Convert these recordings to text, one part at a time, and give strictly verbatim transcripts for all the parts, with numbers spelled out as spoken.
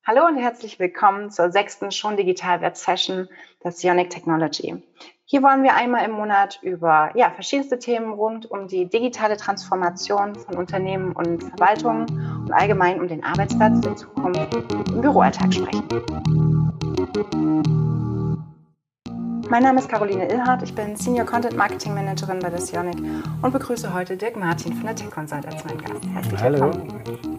Hallo und herzlich willkommen zur sechsten Schon Digital Web Session der Sionic Technology. Hier wollen wir einmal im Monat über ja, verschiedenste Themen rund um die digitale Transformation von Unternehmen und Verwaltungen und allgemein um den Arbeitsplatz der Zukunft im Büroalltag sprechen. Mein Name ist Caroline Illhardt, ich bin Senior Content Marketing Managerin bei der Sionic und begrüße heute Dirk Martin von der Tech Consult als meinen Gast. Herzlich willkommen. Hallo.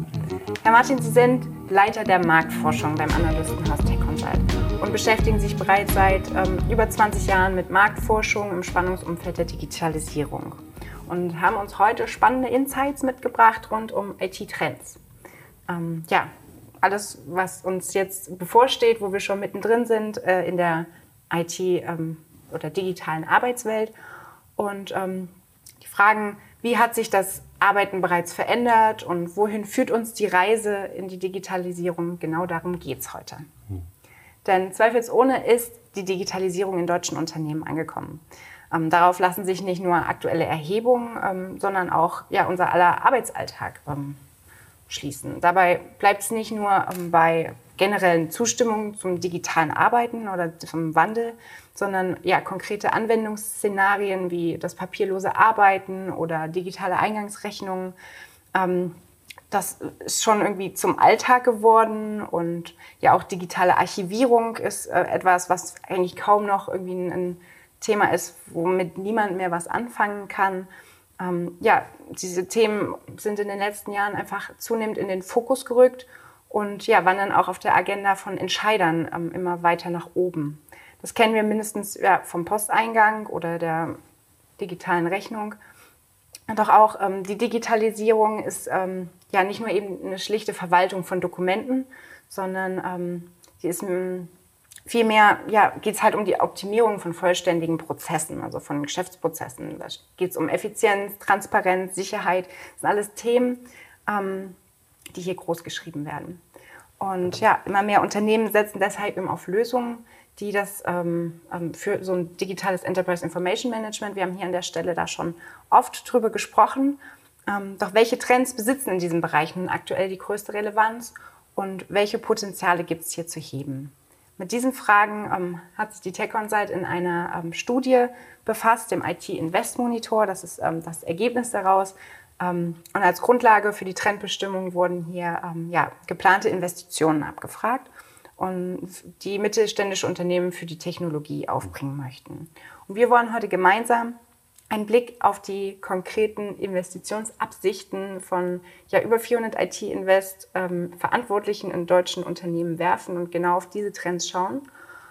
Herr Martin, Sie sind Leiter der Marktforschung beim Analystenhaus Tech Consult und beschäftigen sich bereits seit ähm, über zwanzig Jahren mit Marktforschung im Spannungsumfeld der Digitalisierung und haben uns heute spannende Insights mitgebracht rund um I T-Trends. Ähm, ja, alles, was uns jetzt bevorsteht, wo wir schon mittendrin sind äh, in der I T- ähm, oder digitalen Arbeitswelt und ähm, die Fragen, wie hat sich das Arbeiten bereits verändert und wohin führt uns die Reise in die Digitalisierung? Genau darum geht es heute. Hm. Denn zweifelsohne ist die Digitalisierung in deutschen Unternehmen angekommen. Ähm, darauf lassen sich nicht nur aktuelle Erhebungen, ähm, sondern auch ja, unser aller Arbeitsalltag ähm, schließen. Dabei bleibt es nicht nur ähm, bei generellen Zustimmungen zum digitalen Arbeiten oder zum Wandel, sondern ja, konkrete Anwendungsszenarien wie das papierlose Arbeiten oder digitale Eingangsrechnungen. Ähm, das ist schon irgendwie zum Alltag geworden und ja auch digitale Archivierung ist äh, etwas, was eigentlich kaum noch irgendwie ein, ein Thema ist, womit niemand mehr was anfangen kann. Ähm, ja, diese Themen sind in den letzten Jahren einfach zunehmend in den Fokus gerückt und ja, wandern auch auf der Agenda von Entscheidern ähm, immer weiter nach oben. Das kennen wir mindestens ja, vom Posteingang oder der digitalen Rechnung. Doch auch ähm, die Digitalisierung ist ähm, ja nicht nur eben eine schlichte Verwaltung von Dokumenten, sondern ähm, die ist ähm, vielmehr, ja, geht es halt um die Optimierung von vollständigen Prozessen, also von Geschäftsprozessen. Da geht es um Effizienz, Transparenz, Sicherheit. Das sind alles Themen, ähm, die hier groß geschrieben werden. Und ja, immer mehr Unternehmen setzen deshalb eben auf Lösungen, die das ähm, für so ein digitales Enterprise Information Management, wir haben hier an der Stelle da schon oft drüber gesprochen. Ähm, doch welche Trends besitzen in diesen Bereichen aktuell die größte Relevanz und welche Potenziale gibt es hier zu heben? Mit diesen Fragen ähm, hat sich die Tech Consult in einer ähm, Studie befasst, dem I T Invest Monitor. Das ist ähm, das Ergebnis daraus. Ähm, und als Grundlage für die Trendbestimmung wurden hier ähm, ja, geplante Investitionen abgefragt, und die mittelständische Unternehmen für die Technologie aufbringen möchten. Und wir wollen heute gemeinsam einen Blick auf die konkreten Investitionsabsichten von ja, über vierhundert I T-Invest ähm, Verantwortlichen in deutschen Unternehmen werfen und genau auf diese Trends schauen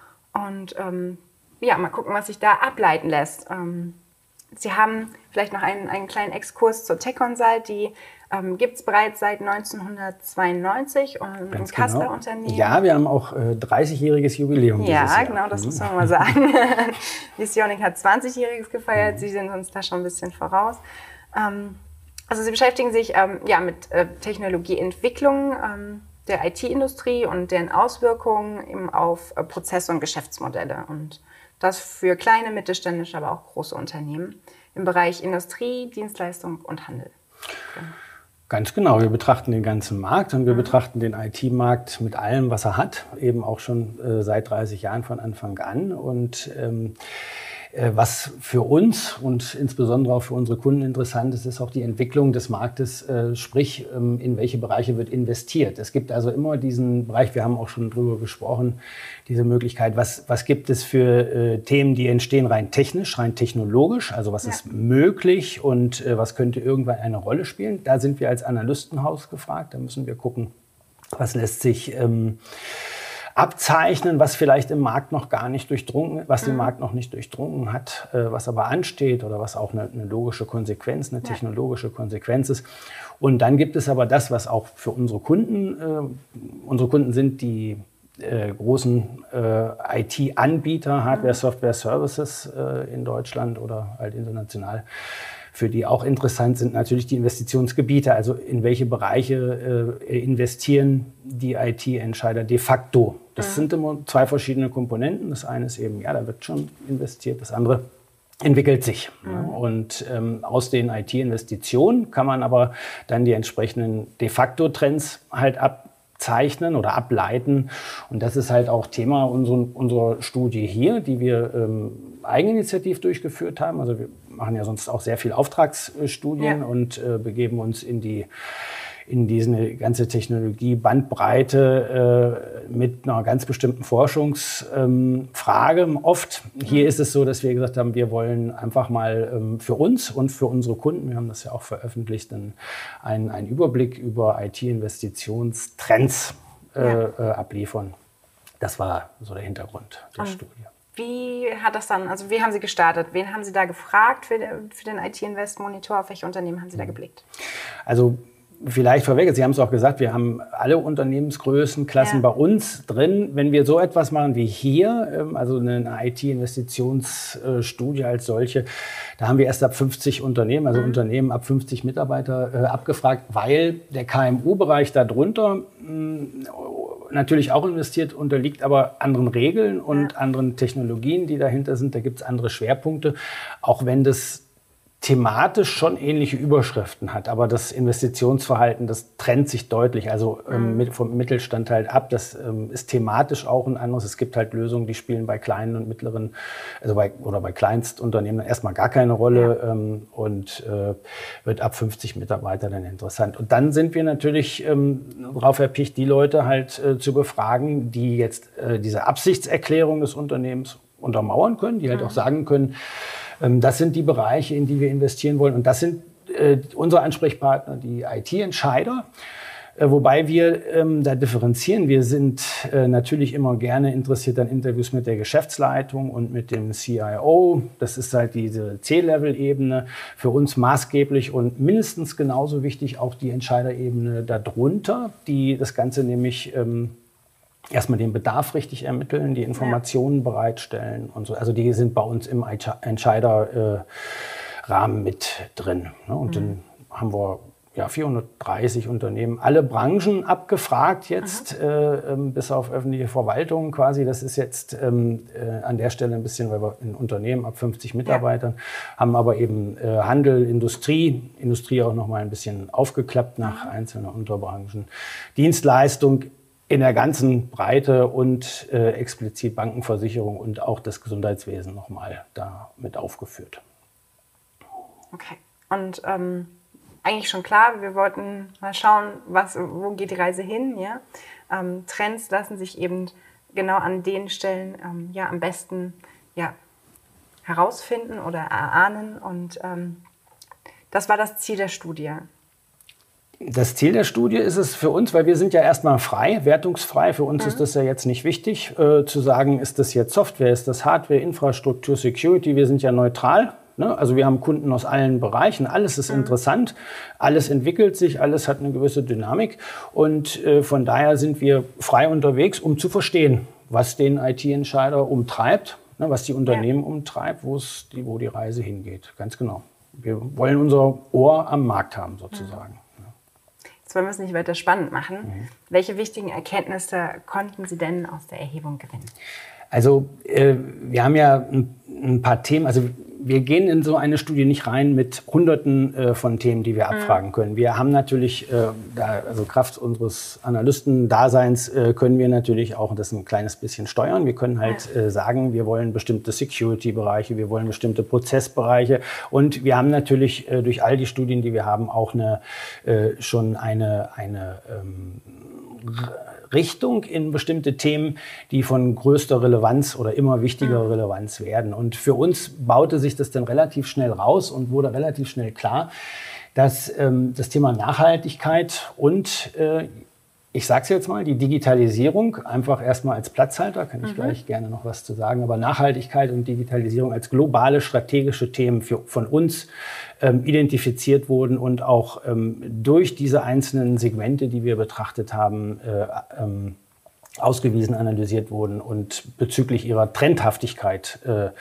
und ähm, ja, mal gucken, was sich da ableiten lässt. Ähm, Sie haben vielleicht noch einen, einen kleinen Exkurs zur Tech Consult, die ähm, gibt es bereits seit neunzehnhundertzweiundneunzig und ein Kasseler genau. Unternehmen. Ja, wir haben auch äh, dreißigjähriges Jubiläum ja, dieses Jahr. Ja, genau, das mhm. muss man mal sagen. Die Sionic hat zwanzigjähriges gefeiert, mhm. Sie sind uns da schon ein bisschen voraus. Ähm, also Sie beschäftigen sich ähm, ja, mit äh, Technologieentwicklung ähm, der I T-Industrie und deren Auswirkungen eben auf äh, Prozesse und Geschäftsmodelle. Und das für kleine, mittelständische, aber auch große Unternehmen im Bereich Industrie, Dienstleistung und Handel. Genau. Ganz genau. Wir betrachten den ganzen Markt und wir mhm. betrachten den I T-Markt mit allem, was er hat, eben auch schon äh, seit dreißig Jahren von Anfang an. Und ähm, äh, was für uns und insbesondere auch für unsere Kunden interessant ist, ist auch die Entwicklung des Marktes, äh, sprich, ähm, in welche Bereiche wird investiert. Es gibt also immer diesen Bereich, wir haben auch schon drüber gesprochen, diese Möglichkeit, was, was gibt es für äh, Themen, die entstehen rein technisch, rein technologisch, also was ja. ist möglich und äh, was könnte irgendwann eine Rolle spielen. Da sind wir als Analystenhaus gefragt, da müssen wir gucken, was lässt sich ähm, abzeichnen, was vielleicht im Markt noch gar nicht durchdrungen, was den Markt noch nicht durchdrungen hat, äh, was aber ansteht oder was auch eine, eine logische Konsequenz, eine technologische Konsequenz ist. Und dann gibt es aber das, was auch für unsere Kunden, äh, unsere Kunden sind die äh, großen äh, I T-Anbieter, Hardware, Software, Services äh, in Deutschland oder halt international. Für die auch interessant sind natürlich die Investitionsgebiete, also in welche Bereiche äh, investieren die I T-Entscheider de facto. Das mhm. sind immer zwei verschiedene Komponenten. Das eine ist eben, ja, da wird schon investiert, das andere entwickelt sich. Mhm. Ja. Und ähm, aus den I T-Investitionen kann man aber dann die entsprechenden de facto Trends halt ab abzeichnen oder ableiten. Und das ist halt auch Thema unserer, unserer Studie hier, die wir ähm, eigeninitiativ durchgeführt haben. Also wir machen ja sonst auch sehr viel Auftragsstudien ja. und äh, begeben uns in die in diese ganze Technologie-Bandbreite äh, mit einer ganz bestimmten Forschungsfrage ähm, oft. Hier ist es so, dass wir gesagt haben, wir wollen einfach mal ähm, für uns und für unsere Kunden, wir haben das ja auch veröffentlicht, einen, einen Überblick über I T-Investitionstrends äh, ja. äh, abliefern. Das war so der Hintergrund der und Studie. Wie hat das dann, also wie haben Sie gestartet? Wen haben Sie da gefragt für, für den I T-Invest-Monitor? Auf welche Unternehmen haben Sie da geblickt? Also vielleicht vorweg, Sie haben es auch gesagt, wir haben alle Unternehmensgrößenklassen ja. bei uns drin. Wenn wir so etwas machen wie hier, also eine I T-Investitionsstudie als solche, da haben wir erst ab fünfzig Unternehmen, also mhm. Unternehmen ab fünfzig Mitarbeiter äh, abgefragt, weil der K M U-Bereich darunter mh, natürlich auch investiert, unterliegt aber anderen Regeln und ja. anderen Technologien, die dahinter sind. Da gibt es andere Schwerpunkte, auch wenn das thematisch schon ähnliche Überschriften hat, aber das Investitionsverhalten, das trennt sich deutlich, also ähm, mit, vom Mittelstand halt ab. Das ähm, ist thematisch auch ein anderes. Es gibt halt Lösungen, die spielen bei kleinen und mittleren, also bei, oder bei Kleinstunternehmen erstmal gar keine Rolle ja. ähm, und äh, wird ab fünfzig Mitarbeiter dann interessant. Und dann sind wir natürlich ähm, darauf erpicht, die Leute halt äh, zu befragen, die jetzt äh, diese Absichtserklärung des Unternehmens untermauern können, die halt mhm. auch sagen können, das sind die Bereiche, in die wir investieren wollen. Und das sind äh, unsere Ansprechpartner, die I T-Entscheider. Äh, wobei wir ähm, da differenzieren. Wir sind äh, natürlich immer gerne interessiert an Interviews mit der Geschäftsleitung und mit dem C I O. Das ist halt diese C-Level-Ebene. Für uns maßgeblich und mindestens genauso wichtig auch die Entscheiderebene darunter, die das Ganze nämlich ähm, erstmal den Bedarf richtig ermitteln, die Informationen ja. bereitstellen und so. Also die sind bei uns im Entscheiderrahmen äh, mit drin. Ne? Und mhm. dann haben wir ja, vierhundertdreißig Unternehmen, alle Branchen abgefragt jetzt, äh, bis auf öffentliche Verwaltung quasi. Das ist jetzt ähm, äh, an der Stelle ein bisschen, weil wir in Unternehmen ab fünfzig Mitarbeitern ja. haben, aber eben äh, Handel, Industrie, Industrie auch noch mal ein bisschen aufgeklappt nach mhm. einzelnen Unterbranchen, Dienstleistung in der ganzen Breite und äh, explizit Bankenversicherung und auch das Gesundheitswesen nochmal da mit aufgeführt. Okay. Und ähm, eigentlich schon klar, wir wollten mal schauen, was, wo geht die Reise hin. Ja? Ähm, Trends lassen sich eben genau an den Stellen ähm, ja, am besten ja, herausfinden oder erahnen. Und ähm, das war das Ziel der Studie. Das Ziel der Studie ist es für uns, weil wir sind ja erstmal frei, wertungsfrei. Für uns mhm. ist das ja jetzt nicht wichtig, äh, zu sagen, ist das jetzt Software, ist das Hardware, Infrastruktur, Security. Wir sind ja neutral. Ne? Also wir haben Kunden aus allen Bereichen. Alles ist mhm. interessant. Alles entwickelt sich. Alles hat eine gewisse Dynamik. Und äh, von daher sind wir frei unterwegs, um zu verstehen, was den I T-Entscheider umtreibt, ne? Was die Unternehmen ja. umtreibt, wo es die, wo die Reise hingeht. Ganz genau. Wir wollen unser Ohr am Markt haben, sozusagen. Mhm. Jetzt wollen wir es nicht weiter spannend machen. Mhm. Welche wichtigen Erkenntnisse konnten Sie denn aus der Erhebung gewinnen? Also äh, wir haben ja ein, ein paar Themen, also wir gehen in so eine Studie nicht rein mit Hunderten äh, von Themen, die wir abfragen mhm. können. Wir haben natürlich, äh, da, also Kraft unseres Analysten-Daseins äh, können wir natürlich auch das ein kleines bisschen steuern. Wir können halt ja. äh, sagen, wir wollen bestimmte Security-Bereiche, wir wollen bestimmte Prozessbereiche und wir haben natürlich äh, durch all die Studien, die wir haben, auch eine, äh, schon eine, eine ähm, Richtung in bestimmte Themen, die von größter Relevanz oder immer wichtiger mhm. Relevanz werden. Und für uns baute sich das dann relativ schnell raus und wurde relativ schnell klar, dass ähm, das Thema Nachhaltigkeit und äh, ich sage es jetzt mal, die Digitalisierung einfach erstmal als Platzhalter, kann ich mhm. gleich gerne noch was zu sagen, aber Nachhaltigkeit und Digitalisierung als globale strategische Themen für, von uns ähm, identifiziert wurden und auch ähm, durch diese einzelnen Segmente, die wir betrachtet haben, äh, ähm, ausgewiesen, analysiert wurden und bezüglich ihrer Trendhaftigkeit äh,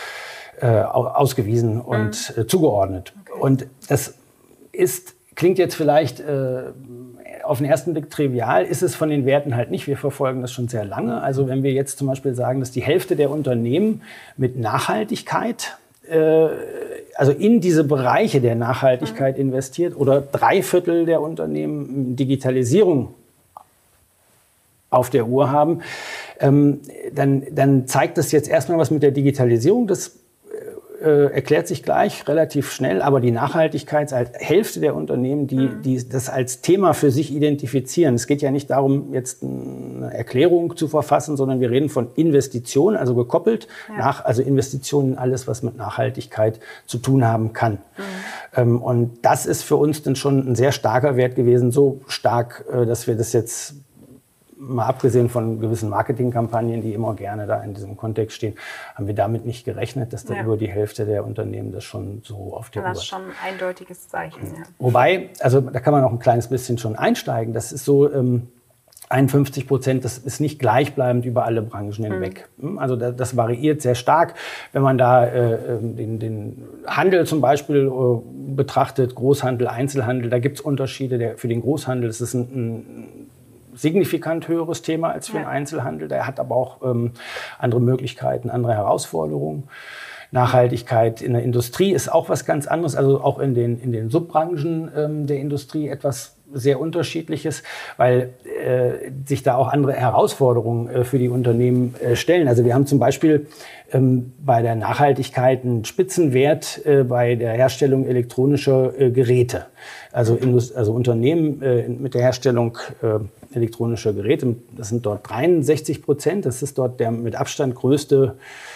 äh, ausgewiesen mhm. und äh, zugeordnet. Okay. Und das ist, klingt jetzt vielleicht äh, auf den ersten Blick trivial, ist es von den Werten halt nicht. Wir verfolgen das schon sehr lange. Also wenn wir jetzt zum Beispiel sagen, dass die Hälfte der Unternehmen mit Nachhaltigkeit, äh, also in diese Bereiche der Nachhaltigkeit investiert oder drei Viertel der Unternehmen Digitalisierung auf der Uhr haben, ähm, dann, dann zeigt das jetzt erstmal was mit der Digitalisierung. Das äh, erklärt sich gleich relativ schnell, aber die Nachhaltigkeit als Hälfte der Unternehmen, die, mhm. die das als Thema für sich identifizieren. Es geht ja nicht darum, jetzt eine Erklärung zu verfassen, sondern wir reden von Investitionen, also gekoppelt, ja. nach, also Investitionen in alles, was mit Nachhaltigkeit zu tun haben kann. Mhm. Ähm, und das ist für uns dann schon ein sehr starker Wert gewesen, so stark, äh, dass wir das jetzt mal abgesehen von gewissen Marketingkampagnen, die immer gerne da in diesem Kontext stehen, haben wir damit nicht gerechnet, dass da ja. über die Hälfte der Unternehmen das schon so auf der Uhr hat. Das ist schon ein eindeutiges Zeichen. Ja. Wobei, also da kann man auch ein kleines bisschen schon einsteigen. Das ist so, ähm, einundfünfzig Prozent, das ist nicht gleichbleibend über alle Branchen hinweg. Mhm. Also das, das variiert sehr stark. Wenn man da äh, den, den Handel zum Beispiel äh, betrachtet, Großhandel, Einzelhandel, da gibt es Unterschiede. Der, für den Großhandel ist es ein, ein signifikant höheres Thema als für den Einzelhandel. Der hat aber auch ähm, andere Möglichkeiten, andere Herausforderungen. Nachhaltigkeit in der Industrie ist auch was ganz anderes, also auch in den, in den Subbranchen ähm, der Industrie etwas sehr Unterschiedliches, weil äh, sich da auch andere Herausforderungen äh, für die Unternehmen äh, stellen. Also wir haben zum Beispiel ähm, bei der Nachhaltigkeit einen Spitzenwert äh, bei der Herstellung elektronischer äh, Geräte. Also, Indust- also Unternehmen äh, mit der Herstellung äh, elektronischer Geräte, das sind dort dreiundsechzig Prozent, das ist dort der mit Abstand größte,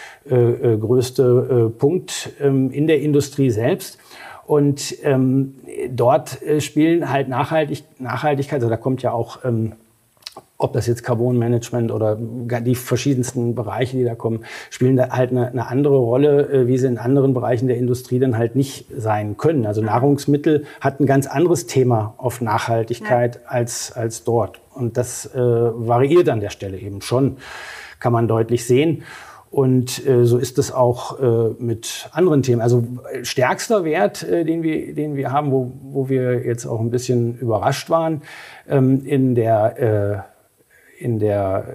äh, größte äh, Punkt ähm, in der Industrie selbst. Und ähm, dort äh, spielen halt Nachhaltig- Nachhaltigkeit, also da kommt ja auch, ähm, ob das jetzt Carbon-Management oder die verschiedensten Bereiche, die da kommen, spielen da halt eine, eine andere Rolle, äh, wie sie in anderen Bereichen der Industrie dann halt nicht sein können. Also Nahrungsmittel hat ein ganz anderes Thema auf Nachhaltigkeit ja. als, als dort. Und das äh, variiert an der Stelle eben schon, kann man deutlich sehen. Und äh, so ist es auch äh, mit anderen Themen. Also stärkster Wert, äh, den wir, den wir haben, wo, wo wir jetzt auch ein bisschen überrascht waren, ähm, in der, äh, in der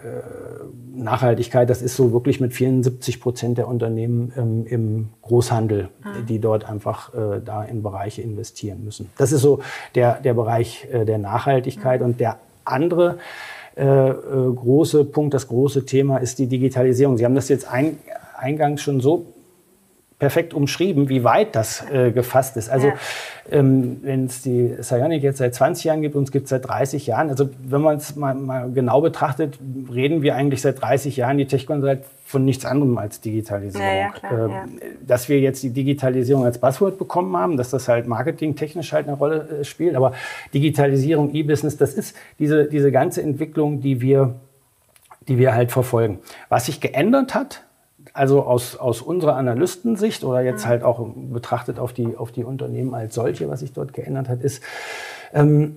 äh, Nachhaltigkeit, das ist so wirklich mit vierundsiebzig Prozent der Unternehmen ähm, im Großhandel, mhm. die dort einfach äh, da in Bereiche investieren müssen. Das ist so der, der Bereich äh, der Nachhaltigkeit. Mhm. Und der andere Äh, äh, große Punkt, das große Thema ist die Digitalisierung. Sie haben das jetzt ein, eingangs schon so perfekt umschrieben, wie weit das äh, gefasst ist. Also ja. ähm, wenn es die Sionic jetzt seit zwanzig Jahren gibt, uns gibt es seit dreißig Jahren. Also wenn man es mal, mal genau betrachtet, reden wir eigentlich seit dreißig Jahren die Tech-Consult von nichts anderem als Digitalisierung. Ja, ja, klar, ähm, ja. Dass wir jetzt die Digitalisierung als Buzzword bekommen haben, dass das halt marketingtechnisch halt eine Rolle äh, spielt, aber Digitalisierung, E-Business, das ist diese, diese ganze Entwicklung, die wir, die wir halt verfolgen. Was sich geändert hat, also aus, aus unserer Analystensicht oder jetzt halt auch betrachtet auf die, auf die Unternehmen als solche, was sich dort geändert hat, ist, ähm,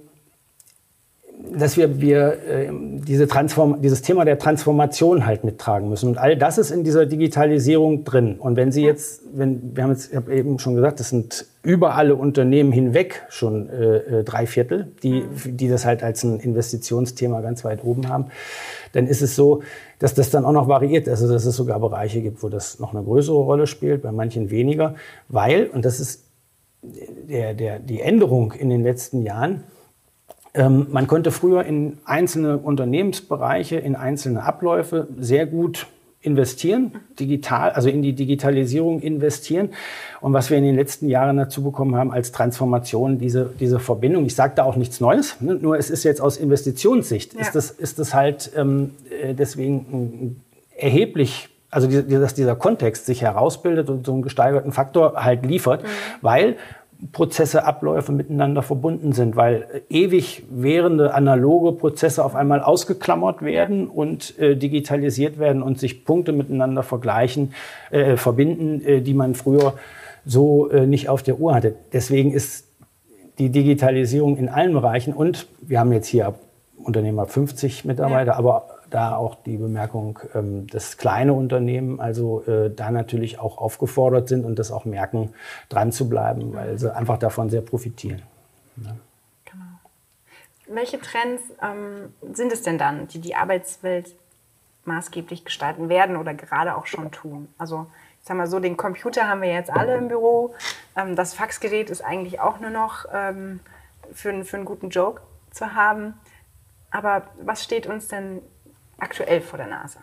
dass wir, wir äh, diese Transform- dieses Thema der Transformation halt mittragen müssen. Und all das ist in dieser Digitalisierung drin. Und wenn Sie jetzt, wenn, wir haben jetzt, ich habe eben schon gesagt, das sind über alle Unternehmen hinweg schon äh, drei Viertel, die, die das halt als ein Investitionsthema ganz weit oben haben, dann ist es so, dass das dann auch noch variiert. Also dass es sogar Bereiche gibt, wo das noch eine größere Rolle spielt, bei manchen weniger. Weil, und das ist der, der, die Änderung in den letzten Jahren, ähm, man konnte früher in einzelne Unternehmensbereiche, in einzelne Abläufe sehr gut investieren, digital, also in die Digitalisierung investieren. Und was wir in den letzten Jahren dazu bekommen haben als Transformation, diese, diese Verbindung. Ich sage da auch nichts Neues, ne? Nur es ist jetzt aus Investitionssicht, ja. ist das, ist das halt ähm, deswegen erheblich, also die, dass dieser Kontext sich herausbildet und so einen gesteigerten Faktor halt liefert, mhm. weil Prozesse, Abläufe miteinander verbunden sind, weil ewig währende analoge Prozesse auf einmal ausgeklammert werden und äh, digitalisiert werden und sich Punkte miteinander vergleichen, äh, verbinden, äh, die man früher so äh, nicht auf der Uhr hatte. Deswegen ist die Digitalisierung in allen Bereichen und wir haben jetzt hier Unternehmen ab fünfzig Mitarbeiter, ja. aber da auch die Bemerkung, ähm, dass kleine Unternehmen also äh, da natürlich auch aufgefordert sind und das auch merken, dran zu bleiben, weil sie einfach davon sehr profitieren. Ja. Genau. Welche Trends ähm, sind es denn dann, die die Arbeitswelt maßgeblich gestalten werden oder gerade auch schon tun? Also ich sag mal so, den Computer haben wir jetzt alle im Büro. Ähm, das Faxgerät ist eigentlich auch nur noch ähm, für, für einen guten Joke zu haben. Aber was steht uns denn aktuell vor der Nase?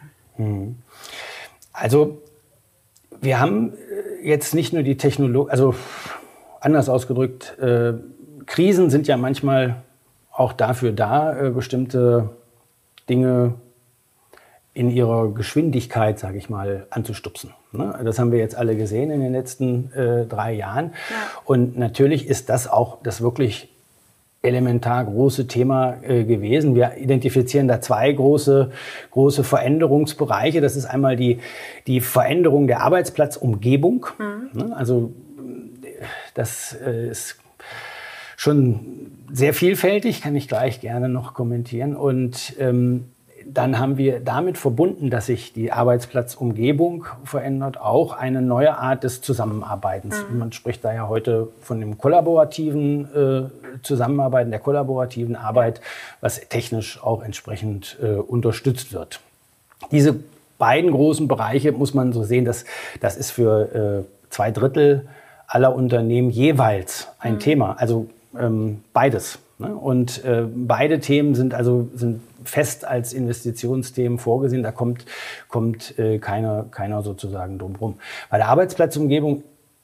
Also wir haben jetzt nicht nur die Technologie, also anders ausgedrückt, äh, Krisen sind ja manchmal auch dafür da, äh, bestimmte Dinge in ihrer Geschwindigkeit, sage ich mal, anzustupsen. Ne? Das haben wir jetzt alle gesehen in den letzten äh, drei Jahren. Ja. Und natürlich ist das auch das wirklich elementar große Thema äh, gewesen. Wir identifizieren da zwei große, große Veränderungsbereiche. Das ist einmal die, die Veränderung der Arbeitsplatzumgebung. Mhm. Ne? Also das äh, ist schon sehr vielfältig, kann ich gleich gerne noch kommentieren. Und ähm, dann haben wir damit verbunden, dass sich die Arbeitsplatzumgebung verändert, auch eine neue Art des Zusammenarbeitens. Mhm. Man spricht da ja heute von dem kollaborativen äh, Zusammenarbeiten, der kollaborativen Arbeit, was technisch auch entsprechend äh, unterstützt wird. Diese beiden großen Bereiche muss man so sehen, dass das ist für äh, zwei Drittel aller Unternehmen jeweils ein mhm. Thema, also ähm, beides. Ne? Und äh, beide Themen sind also sind fest als Investitionsthemen vorgesehen. Da kommt, kommt äh, keiner, keiner sozusagen drum rum. Bei der Arbeitsplatzumgebung,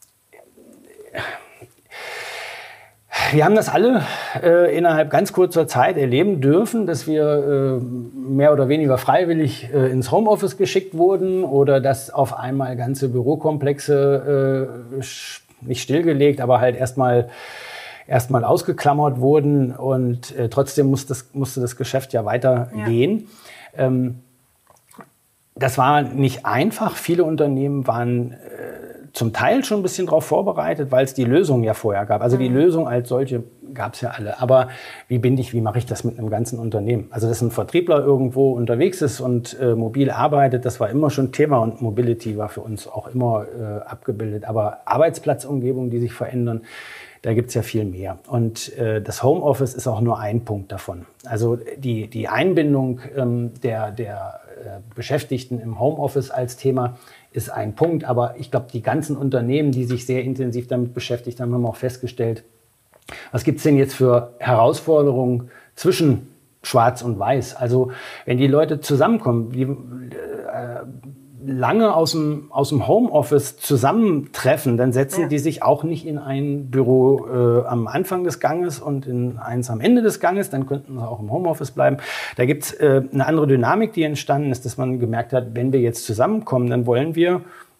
wir haben das alle äh, innerhalb ganz kurzer Zeit erleben dürfen, dass wir äh, mehr oder weniger freiwillig äh, ins Homeoffice geschickt wurden oder dass auf einmal ganze Bürokomplexe äh, nicht stillgelegt, aber halt erstmal erstmal ausgeklammert wurden und äh, trotzdem muss das, musste das Geschäft ja weitergehen. Ja. Ähm, das war nicht einfach. Viele Unternehmen waren äh, zum Teil schon ein bisschen darauf vorbereitet, weil es die Lösung ja vorher gab. Also die Lösung als solche gab es ja alle. Aber wie binde ich, wie mache ich das mit einem ganzen Unternehmen? Also dass ein Vertriebler irgendwo unterwegs ist und äh, mobil arbeitet, das war immer schon Thema und Mobility war für uns auch immer äh, abgebildet. Aber Arbeitsplatzumgebungen, die sich verändern, da gibt es ja viel mehr. Und äh, das Homeoffice ist auch nur ein Punkt davon. Also die, die Einbindung ähm, der, der äh, Beschäftigten im Homeoffice als Thema ist ein Punkt. Aber ich glaube, die ganzen Unternehmen, die sich sehr intensiv damit beschäftigt haben, haben auch festgestellt, was gibt es denn jetzt für Herausforderungen zwischen Schwarz und Weiß? Also wenn die Leute zusammenkommen, die, äh, lange aus dem, aus dem Homeoffice zusammentreffen, dann setzen ja. die sich auch nicht in ein Büro äh, am Anfang des Ganges und in eins am Ende des Ganges, dann könnten sie auch im Homeoffice bleiben. Da gibt es äh, eine andere Dynamik, die entstanden ist, dass man gemerkt hat, wenn wir jetzt zusammenkommen, dann wollen wir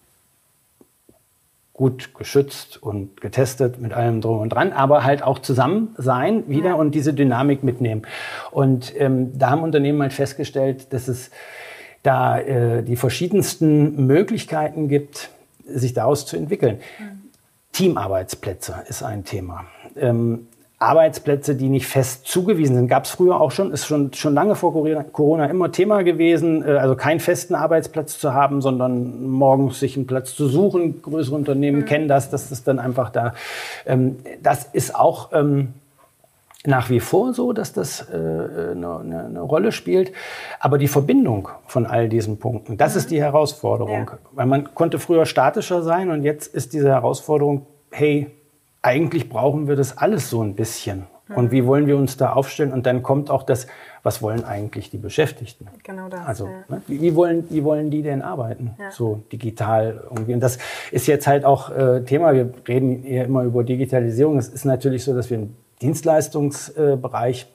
gut geschützt und getestet mit allem drum und dran, aber halt auch zusammen sein wieder ja. und diese Dynamik mitnehmen. Und ähm, da haben Unternehmen halt festgestellt, dass es da äh, die verschiedensten Möglichkeiten gibt, sich daraus zu entwickeln. Mhm. Teamarbeitsplätze ist ein Thema. Ähm, Arbeitsplätze, die nicht fest zugewiesen sind, gab es früher auch schon, ist schon, schon lange vor Corona immer Thema gewesen, äh, also keinen festen Arbeitsplatz zu haben, sondern morgens sich einen Platz zu suchen. Größere Unternehmen mhm. kennen das, das ist dann einfach da. Ähm, das ist auch ähm, nach wie vor so, dass das äh, eine, eine Rolle spielt. Aber die Verbindung von all diesen Punkten, das mhm. ist die Herausforderung. Ja. Weil man konnte früher statischer sein und jetzt ist diese Herausforderung, hey, eigentlich brauchen wir das alles so ein bisschen. Mhm. Und wie wollen wir uns da aufstellen? Und dann kommt auch das, was wollen eigentlich die Beschäftigten? Genau das. Also, ja. ne, wie, wie, wollen, wie wollen die denn arbeiten? Ja. So digital irgendwie. Und das ist jetzt halt auch äh, Thema. Wir reden hier immer über Digitalisierung. Es ist natürlich so, dass wir im Dienstleistungsbereich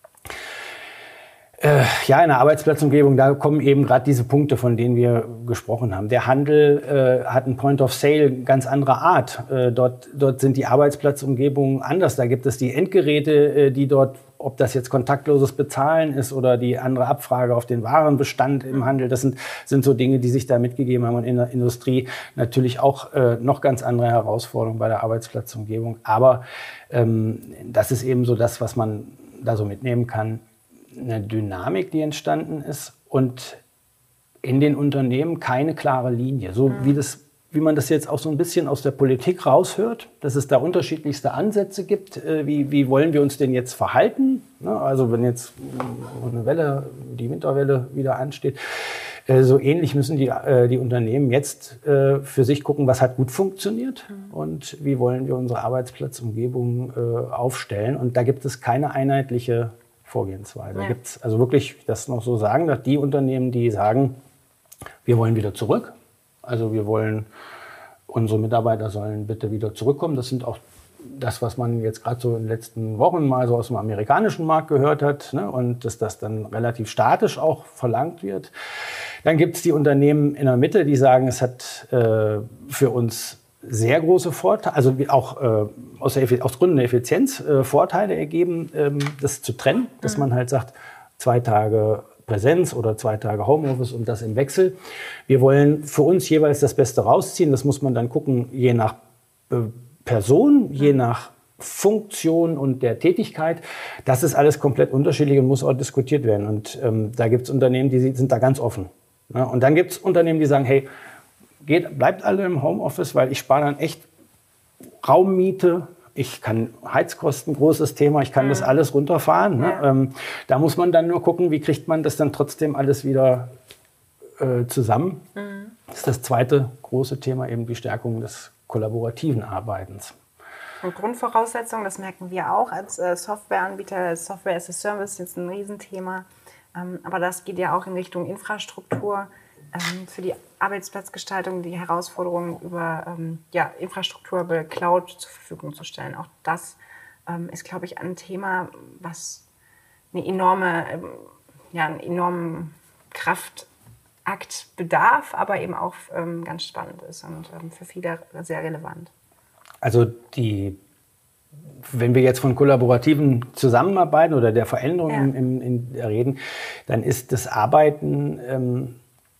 äh, ja, in der Arbeitsplatzumgebung, da kommen eben gerade diese Punkte, von denen wir gesprochen haben. Der Handel äh, hat ein Point of Sale ganz anderer Art. Äh, dort, dort sind die Arbeitsplatzumgebungen anders. Da gibt es die Endgeräte, äh, die dort, ob das jetzt kontaktloses Bezahlen ist oder die andere Abfrage auf den Warenbestand im Handel, das sind, sind so Dinge, die sich da mitgegeben haben. Und in der Industrie natürlich auch äh, noch ganz andere Herausforderungen bei der Arbeitsplatzumgebung. Aber ähm, das ist eben so das, was man da so mitnehmen kann. Eine Dynamik, die entstanden ist und in den Unternehmen keine klare Linie. So wie, das, wie man das jetzt auch so ein bisschen aus der Politik raushört, dass es da unterschiedlichste Ansätze gibt. Äh, wie, wie wollen wir uns denn jetzt verhalten? Ne? Also wenn jetzt eine Welle, die Winterwelle wieder ansteht, äh, so ähnlich müssen die, äh, die Unternehmen jetzt äh, für sich gucken, was hat gut funktioniert mhm. und wie wollen wir unsere Arbeitsplatzumgebung äh, aufstellen. Und da gibt es keine einheitliche Vorgehensweise. Ja. Da gibt es also wirklich, das noch so sagen, dass die Unternehmen, die sagen, wir wollen wieder zurück, also wir wollen, unsere Mitarbeiter sollen bitte wieder zurückkommen. Das sind auch das, was man jetzt gerade so in den letzten Wochen mal so aus dem amerikanischen Markt gehört hat, ne? Und dass das dann relativ statisch auch verlangt wird. Dann gibt es die Unternehmen in der Mitte, die sagen, es hat äh, für uns sehr große Vorteile, also auch äh, aus, der, aus Gründen der Effizienz äh, Vorteile ergeben, ähm, das zu trennen, dass man halt sagt, zwei Tage Präsenz oder zwei Tage Homeoffice und das im Wechsel. Wir wollen für uns jeweils das Beste rausziehen. Das muss man dann gucken, je nach äh, Person, je nach Funktion und der Tätigkeit. Das ist alles komplett unterschiedlich und muss auch diskutiert werden. Und ähm, da gibt es Unternehmen, die sind da ganz offen. Ja, und dann gibt es Unternehmen, die sagen, hey, geht, bleibt alle im Homeoffice, weil ich spare dann echt Raummiete. Ich kann Heizkosten, großes Thema, ich kann mhm. das alles runterfahren. Ne? Ja. Ähm, da muss man dann nur gucken, wie kriegt man das dann trotzdem alles wieder äh, zusammen. Mhm. Das ist das zweite große Thema, eben die Stärkung des kollaborativen Arbeitens. Und Grundvoraussetzungen, das merken wir auch als äh, Softwareanbieter, Software as a Service ist jetzt ein Riesenthema. Ähm, aber das geht ja auch in Richtung Infrastruktur. Ähm, für die Arbeitsplatzgestaltung, die Herausforderungen über ähm, ja, Infrastruktur, über Cloud zur Verfügung zu stellen. Auch das ähm, ist, glaube ich, ein Thema, was eine enorme, ähm, ja, einen enormen Kraftakt bedarf, aber eben auch ähm, ganz spannend ist und ähm, für viele sehr relevant. Also die, wenn wir jetzt von kollaborativen Zusammenarbeiten oder der Veränderung ja. im, im, in reden, dann ist das Arbeiten ähm,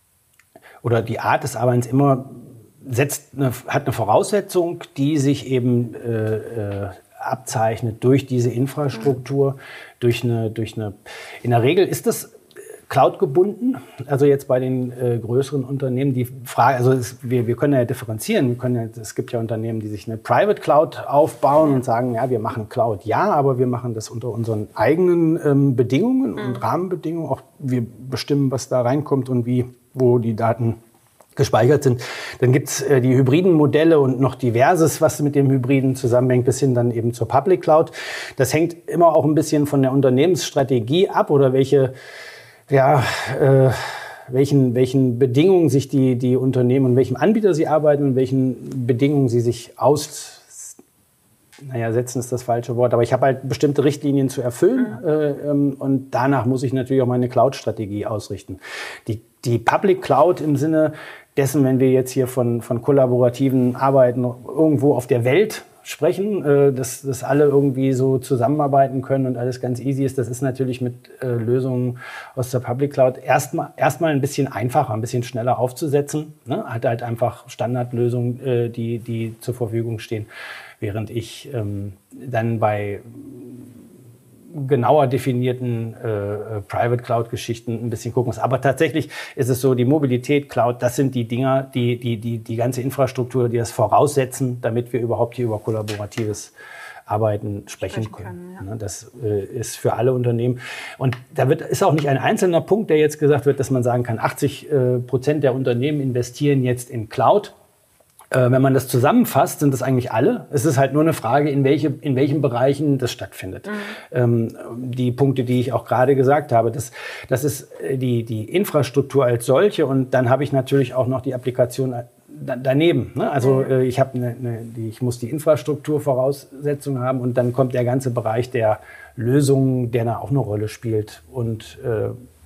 oder die Art des Arbeitens immer setzt eine, hat eine Voraussetzung, die sich eben äh, äh, abzeichnet durch diese Infrastruktur, mhm. durch eine, durch eine. In der Regel ist das Cloud gebunden, also jetzt bei den äh, größeren Unternehmen, die Frage, also es, wir, wir können ja differenzieren, wir können ja, es gibt ja Unternehmen, die sich eine Private Cloud aufbauen und sagen, ja, wir machen Cloud, ja, aber wir machen das unter unseren eigenen ähm, Bedingungen mhm. und Rahmenbedingungen, auch wir bestimmen, was da reinkommt und wie, wo die Daten gespeichert sind. Dann gibt es äh, die hybriden Modelle und noch diverses, was mit dem Hybriden zusammenhängt, bis hin dann eben zur Public Cloud. Das hängt immer auch ein bisschen von der Unternehmensstrategie ab oder welche Ja, äh, welchen, welchen Bedingungen sich die, die Unternehmen und welchem Anbieter sie arbeiten und welchen Bedingungen sie sich aus, naja, setzen ist das falsche Wort, aber ich habe halt bestimmte Richtlinien zu erfüllen mhm. äh, ähm, und danach muss ich natürlich auch meine Cloud-Strategie ausrichten. Die, die Public Cloud im Sinne dessen, wenn wir jetzt hier von, von kollaborativen Arbeiten irgendwo auf der Welt sprechen, äh, dass, dass alle irgendwie so zusammenarbeiten können und alles ganz easy ist. Das ist natürlich mit äh, Lösungen aus der Public Cloud erstmal erstmal ein bisschen einfacher, ein bisschen schneller aufzusetzen. Ne? Hat halt einfach Standardlösungen, äh, die, die zur Verfügung stehen, während ich ähm, dann bei genauer definierten äh, Private Cloud-Geschichten ein bisschen gucken muss. Aber tatsächlich ist es so, die Mobilität, Cloud, das sind die Dinger, die, die, die, die ganze Infrastruktur, die das voraussetzen, damit wir überhaupt hier über kollaboratives Arbeiten sprechen, sprechen können. können ja. Das äh, ist für alle Unternehmen. Und da wird, ist auch nicht ein einzelner Punkt, der jetzt gesagt wird, dass man sagen kann, achtzig Prozent der Unternehmen investieren jetzt in Cloud. Wenn man das zusammenfasst, sind das eigentlich alle. Es ist halt nur eine Frage, in, welche, in welchen Bereichen das stattfindet. Mhm. Ähm, die Punkte, die ich auch gerade gesagt habe, das, das ist die, die Infrastruktur als solche. Und dann habe ich natürlich auch noch die Applikation da, daneben. Ne? Also mhm. äh, ich, hab eine, eine, die, ich muss die Infrastrukturvoraussetzungen haben und dann kommt der ganze Bereich der Lösungen, der da auch eine Rolle spielt und äh,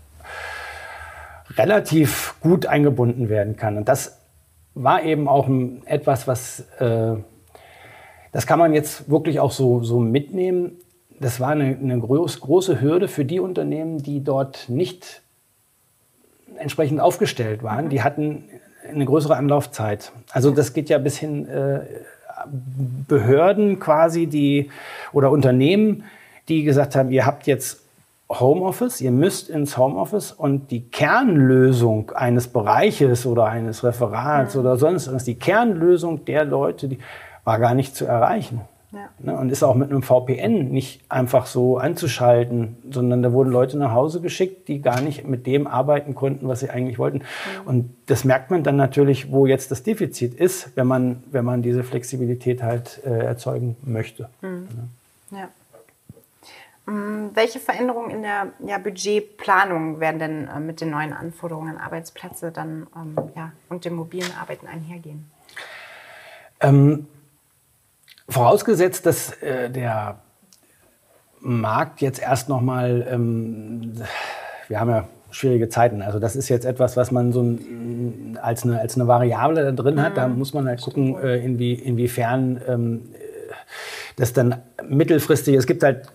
relativ gut eingebunden werden kann. Und das war eben auch etwas, was, äh, das kann man jetzt wirklich auch so, so mitnehmen. Das war eine, eine groß, große Hürde für die Unternehmen, die dort nicht entsprechend aufgestellt waren. Die hatten eine größere Anlaufzeit. Also das geht ja bis hin äh, Behörden quasi, die oder Unternehmen, die gesagt haben, ihr habt jetzt Homeoffice, ihr müsst ins Homeoffice und die Kernlösung eines Bereiches oder eines Referats mhm. oder sonst was, die Kernlösung der Leute, die war gar nicht zu erreichen. Ja. Ne, und ist auch mit einem V P N nicht einfach so anzuschalten, sondern da wurden Leute nach Hause geschickt, die gar nicht mit dem arbeiten konnten, was sie eigentlich wollten. Mhm. Und das merkt man dann natürlich, wo jetzt das Defizit ist, wenn man, wenn man diese Flexibilität halt äh, erzeugen möchte. Mhm. Ja. Ja. Welche Veränderungen in der ja, Budgetplanung werden denn äh, mit den neuen Anforderungen an Arbeitsplätze dann, ähm, ja, und dem mobilen Arbeiten einhergehen? Ähm, vorausgesetzt, dass äh, der Markt jetzt erst noch mal, ähm, wir haben ja schwierige Zeiten, also das ist jetzt etwas, was man so ein, als, eine, als eine Variable da drin hat, mhm. da muss man halt gucken, äh, inwie, inwiefern ähm, das dann mittelfristig, es gibt halt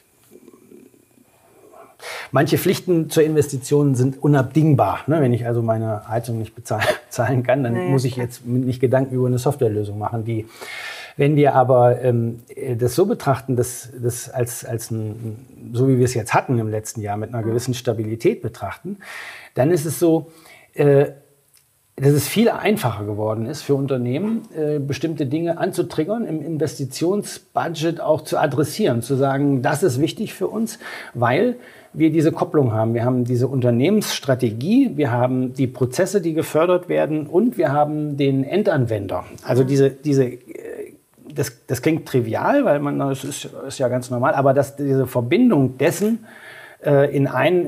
manche Pflichten zur Investition sind unabdingbar. Ne? Wenn ich also meine Heizung nicht bezahlen kann, dann nee, muss ich jetzt nicht Gedanken über eine Softwarelösung machen. Die, wenn wir aber ähm, das so betrachten, dass das als, als ein, so wie wir es jetzt hatten im letzten Jahr, mit einer gewissen Stabilität betrachten, dann ist es so, äh, dass es viel einfacher geworden ist für Unternehmen, äh, bestimmte Dinge anzutriggern, im Investitionsbudget auch zu adressieren, zu sagen, das ist wichtig für uns, weil wir diese Kopplung haben. Wir haben diese Unternehmensstrategie, wir haben die Prozesse, die gefördert werden und wir haben den Endanwender. Also diese, diese, das, das klingt trivial, weil man, das ist, ist ja ganz normal, aber dass diese Verbindung dessen äh, in einen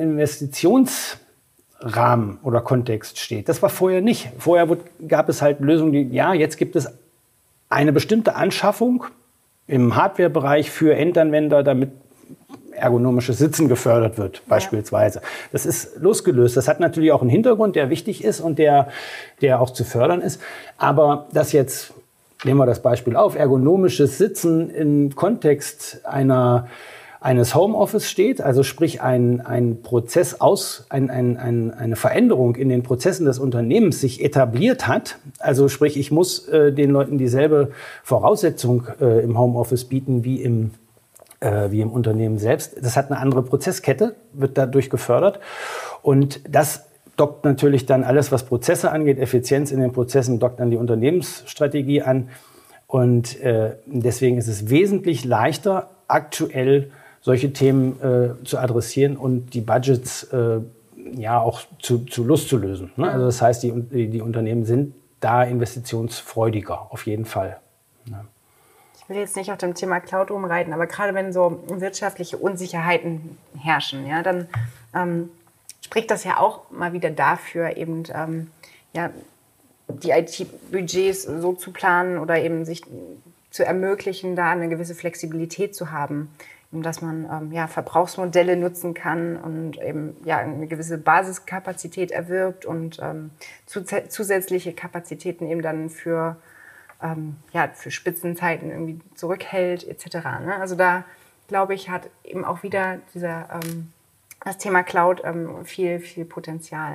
Investitionsrahmen oder Kontext steht, das war vorher nicht. Vorher wurde, gab es halt Lösungen, die, ja, jetzt gibt es eine bestimmte Anschaffung im Hardwarebereich für Endanwender, damit ergonomisches Sitzen gefördert wird, beispielsweise. Ja. Das ist losgelöst. Das hat natürlich auch einen Hintergrund, der wichtig ist und der, der auch zu fördern ist. Aber das jetzt, nehmen wir das Beispiel auf, ergonomisches Sitzen im Kontext einer, eines Homeoffice steht, also sprich ein, ein Prozess aus, ein, ein, ein, eine Veränderung in den Prozessen des Unternehmens sich etabliert hat. Also sprich, ich muss äh, den Leuten dieselbe Voraussetzung äh, im Homeoffice bieten wie im wie im Unternehmen selbst. Das hat eine andere Prozesskette, wird dadurch gefördert. Und das dockt natürlich dann alles, was Prozesse angeht, Effizienz in den Prozessen, dockt an die Unternehmensstrategie an. Und äh, deswegen ist es wesentlich leichter, aktuell solche Themen äh, zu adressieren und die Budgets äh, ja auch zu, zu loszulösen. Ne? Also das heißt, die, die Unternehmen sind da investitionsfreudiger, auf jeden Fall. Ja. Ich will jetzt nicht auf dem Thema Cloud rumreiten, aber gerade wenn so wirtschaftliche Unsicherheiten herrschen, ja, dann ähm, spricht das ja auch mal wieder dafür, eben ähm, ja, die I T-Budgets so zu planen oder eben sich zu ermöglichen, da eine gewisse Flexibilität zu haben, dass man ähm, ja, Verbrauchsmodelle nutzen kann und eben ja, eine gewisse Basiskapazität erwirbt und ähm, zusätzliche Kapazitäten eben dann für Ähm, ja, für Spitzenzeiten irgendwie zurückhält et cetera. Ne? Also da, glaube ich, hat eben auch wieder dieser, ähm, das Thema Cloud ähm, viel, viel Potenzial.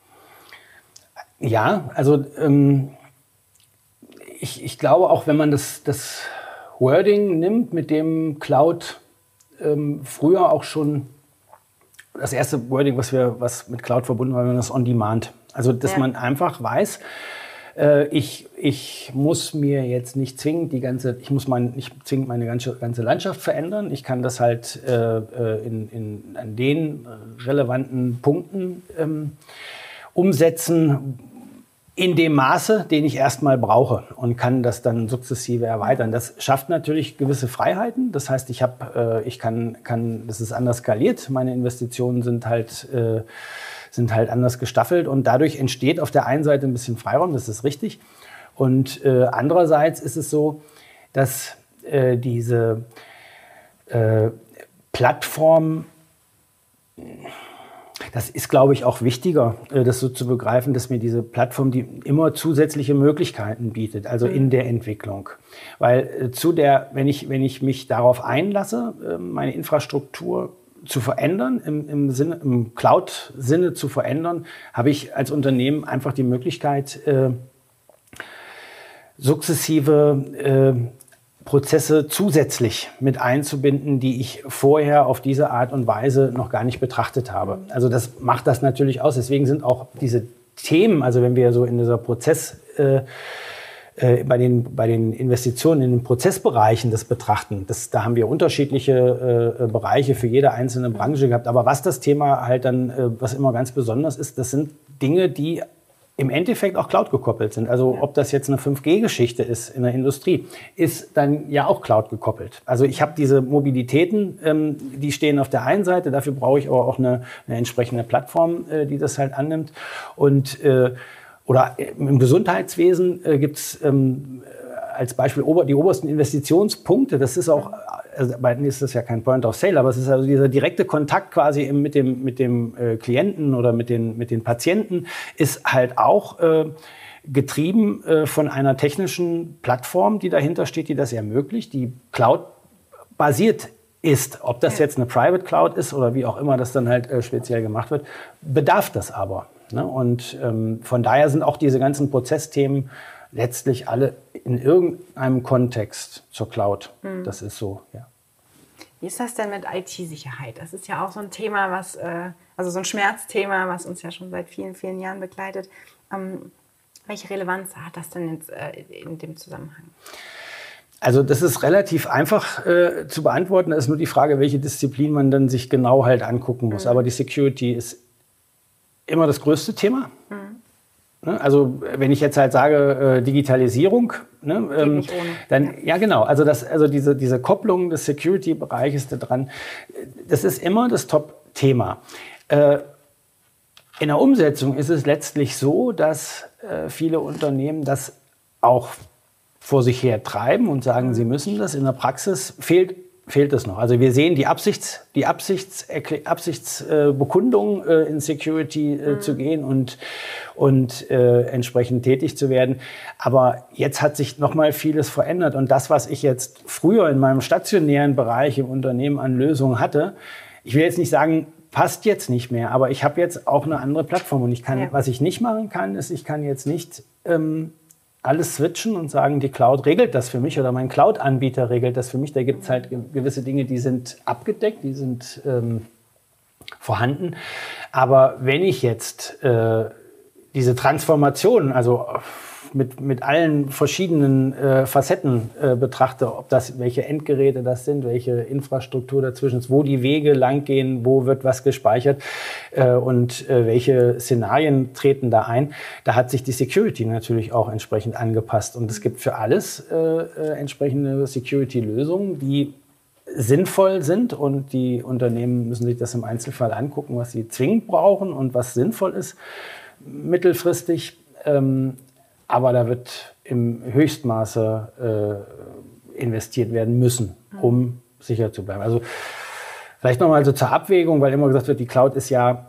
Ja, also ähm, ich, ich glaube auch, wenn man das, das Wording nimmt, mit dem Cloud ähm, früher auch schon, das erste Wording, was wir, was mit Cloud verbunden war, war das On-Demand. Also, dass ja. man einfach weiß, Ich, ich muss mir jetzt nicht zwingend die ganze, ich muss mein, nicht zwingend meine ganze, ganze Landschaft verändern. Ich kann das halt äh, in, in, an den relevanten Punkten ähm, umsetzen, in dem Maße, den ich erstmal brauche und kann das dann sukzessive erweitern. Das schafft natürlich gewisse Freiheiten. Das heißt, ich habe, äh, ich kann, kann, das ist anders skaliert. Meine Investitionen sind halt äh, sind halt anders gestaffelt und dadurch entsteht auf der einen Seite ein bisschen Freiraum, das ist richtig. Und äh, andererseits ist es so, dass äh, diese äh, Plattform, das ist, glaube ich, auch wichtiger, äh, das so zu begreifen, dass mir diese Plattform die immer zusätzliche Möglichkeiten bietet, also in der Entwicklung. Weil äh, zu der, wenn ich, wenn ich mich darauf einlasse, äh, meine Infrastruktur zu verändern, im, im, Sinne, im Cloud-Sinne zu verändern, habe ich als Unternehmen einfach die Möglichkeit, äh, sukzessive äh, Prozesse zusätzlich mit einzubinden, die ich vorher auf diese Art und Weise noch gar nicht betrachtet habe. Also das macht das natürlich aus. Deswegen sind auch diese Themen, also wenn wir so in dieser Prozess äh, Äh, bei den, bei den Investitionen in den Prozessbereichen das betrachten. Das, da haben wir unterschiedliche äh, Bereiche für jede einzelne Branche gehabt. Aber was das Thema halt dann, äh, was immer ganz besonders ist, das sind Dinge, die im Endeffekt auch Cloud gekoppelt sind. Also ob das jetzt eine fünf G Geschichte ist in der Industrie, ist dann ja auch Cloud gekoppelt. Also ich habe diese Mobilitäten, ähm, die stehen auf der einen Seite, dafür brauche ich aber auch eine, eine entsprechende Plattform, äh, die das halt annimmt. Und äh, oder im Gesundheitswesen äh, gibt es ähm, als Beispiel ober, die obersten Investitionspunkte. Das ist auch, also bei mir ist das ja kein Point of Sale, aber es ist also dieser direkte Kontakt quasi mit dem, mit dem äh, Klienten oder mit den, mit den Patienten ist halt auch äh, getrieben äh, von einer technischen Plattform, die dahinter steht, die das ermöglicht, die Cloud-basiert ist. Ob das jetzt eine Private Cloud ist oder wie auch immer das dann halt äh, speziell gemacht wird, bedarf das aber. Ne? Und ähm, von daher sind auch diese ganzen Prozessthemen letztlich alle in irgendeinem Kontext zur Cloud. Mhm. Das ist so, ja. Wie ist das denn mit I T-Sicherheit? Das ist ja auch so ein Thema, was, äh, also so ein Schmerzthema, was uns ja schon seit vielen, vielen Jahren begleitet. Ähm, welche Relevanz hat das denn jetzt, äh, in dem Zusammenhang? Also das ist relativ einfach äh, zu beantworten. Da ist nur die Frage, welche Disziplin man dann sich genau halt angucken muss. Mhm. Aber die Security ist immer das größte Thema. Mhm. Also wenn ich jetzt halt sage äh, Digitalisierung, ne, ähm, nicht ohne. dann ja. ja genau. Also das, also diese diese Kopplung des Security-Bereiches da dran, das ist immer das Top-Thema. Äh, in der Umsetzung ist es letztlich so, dass äh, viele Unternehmen das auch vor sich her treiben und sagen, sie müssen das. In der Praxis fehlt fehlt es noch. Also wir sehen die Absichts, die Absichts, Absichtsbekundung äh, in Security äh, mhm. zu gehen und, und äh, entsprechend tätig zu werden. Aber jetzt hat sich noch mal vieles verändert. Und das, was ich jetzt früher in meinem stationären Bereich im Unternehmen an Lösungen hatte, ich will jetzt nicht sagen, passt jetzt nicht mehr, aber ich habe jetzt auch eine andere Plattform. Und ich kann, ja. was ich nicht machen kann, ist, ich kann jetzt nicht ähm, alles switchen und sagen, die Cloud regelt das für mich oder mein Cloud-Anbieter regelt das für mich. Da gibt es halt gewisse Dinge, die sind abgedeckt, die sind ähm, vorhanden. Aber wenn ich jetzt äh, diese Transformation, also mit, mit allen verschiedenen äh, Facetten äh, betrachte, ob das, welche Endgeräte das sind, welche Infrastruktur dazwischen ist, wo die Wege langgehen, wo wird was gespeichert äh, und äh, welche Szenarien treten da ein, da hat sich die Security natürlich auch entsprechend angepasst. Und es gibt für alles äh, äh, entsprechende Security-Lösungen, die sinnvoll sind, und die Unternehmen müssen sich das im Einzelfall angucken, was sie zwingend brauchen und was sinnvoll ist mittelfristig. Ähm, Aber da wird im Höchstmaße äh, investiert werden müssen, um sicher zu bleiben. Also vielleicht nochmal so zur Abwägung, weil immer gesagt wird, die Cloud ist ja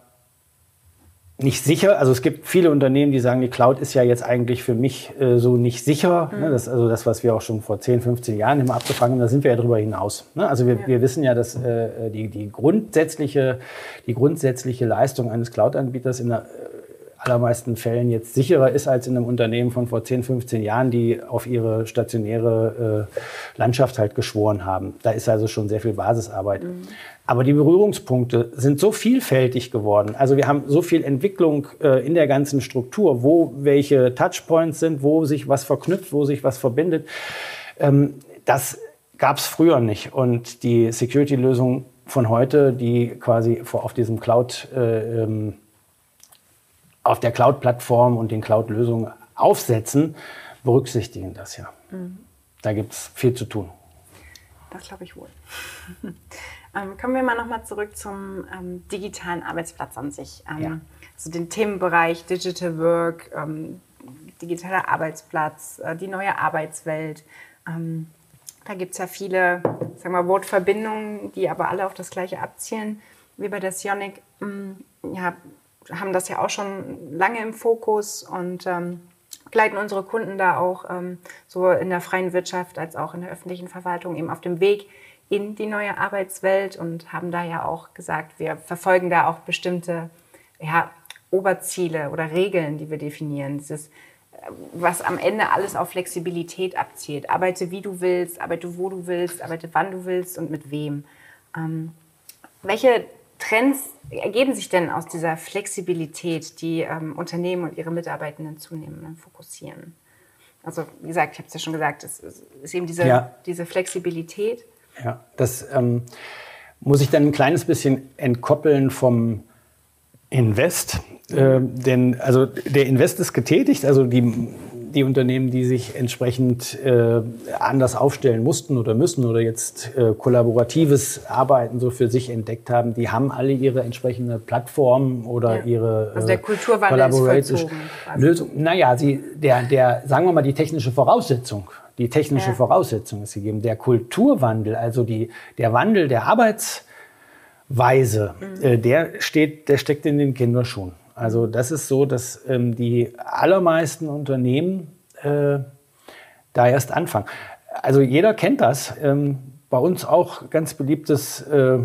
nicht sicher. Also es gibt viele Unternehmen, die sagen, die Cloud ist ja jetzt eigentlich für mich äh, so nicht sicher. Mhm. Ne? Das, also das, was wir auch schon vor zehn, fünfzehn Jahren immer abgefangen haben, da sind wir ja drüber hinaus. Ne? Also wir, ja. wir wissen ja, dass äh, die, die, grundsätzliche, die grundsätzliche Leistung eines Cloud-Anbieters in der allermeisten Fällen jetzt sicherer ist als in einem Unternehmen von vor zehn, fünfzehn Jahren, die auf ihre stationäre äh, Landschaft halt geschworen haben. Da ist also schon sehr viel Basisarbeit. Mhm. Aber die Berührungspunkte sind so vielfältig geworden. Also wir haben so viel Entwicklung äh, in der ganzen Struktur, wo welche Touchpoints sind, wo sich was verknüpft, wo sich was verbindet. Ähm, das gab es früher nicht. Und die Security-Lösung von heute, die quasi vor, auf diesem Cloud äh, ähm, auf der Cloud-Plattform und den Cloud-Lösungen aufsetzen, berücksichtigen das ja. Mhm. Da gibt es viel zu tun. Das glaube ich wohl. ähm, kommen wir mal nochmal zurück zum ähm, digitalen Arbeitsplatz an sich. Ähm, ja. Also den Themenbereich Digital Work, ähm, digitaler Arbeitsplatz, äh, die neue Arbeitswelt. Ähm, da gibt es ja viele, sagen wir mal, Wortverbindungen, die aber alle auf das Gleiche abzielen. Wie bei der Sionic, ähm, ja, haben das ja auch schon lange im Fokus und ähm, begleiten unsere Kunden da auch ähm, sowohl in der freien Wirtschaft als auch in der öffentlichen Verwaltung eben auf dem Weg in die neue Arbeitswelt und haben da ja auch gesagt, wir verfolgen da auch bestimmte ja, Oberziele oder Regeln, die wir definieren. Dieses, was am Ende alles auf Flexibilität abzielt. Arbeite wie du willst, arbeite wo du willst, arbeite wann du willst und mit wem. Ähm, welche Trends ergeben sich denn aus dieser Flexibilität, die ähm, Unternehmen und ihre Mitarbeitenden zunehmend fokussieren? Also wie gesagt, ich habe es ja schon gesagt, es ist eben diese, ja. diese Flexibilität. Ja, das ähm, muss ich dann ein kleines bisschen entkoppeln vom Invest. Äh, denn also der Invest ist getätigt, also die, die Unternehmen, die sich entsprechend äh, anders aufstellen mussten oder müssen oder jetzt äh, kollaboratives Arbeiten so für sich entdeckt haben, die haben alle ihre entsprechende Plattform oder ja. ihre also der Kulturwandel ist vollzogen. Lösung. Naja, sie, der, der, sagen wir mal, die technische Voraussetzung, die technische ja. Voraussetzung ist gegeben. Der Kulturwandel, also die, der Wandel der Arbeitsweise, mhm. äh, der steht, der steckt in den Kinderschuhen. Also das ist so, dass ähm, die allermeisten Unternehmen äh, da erst anfangen. Also jeder kennt das. Ähm, bei uns auch ganz beliebtes, äh,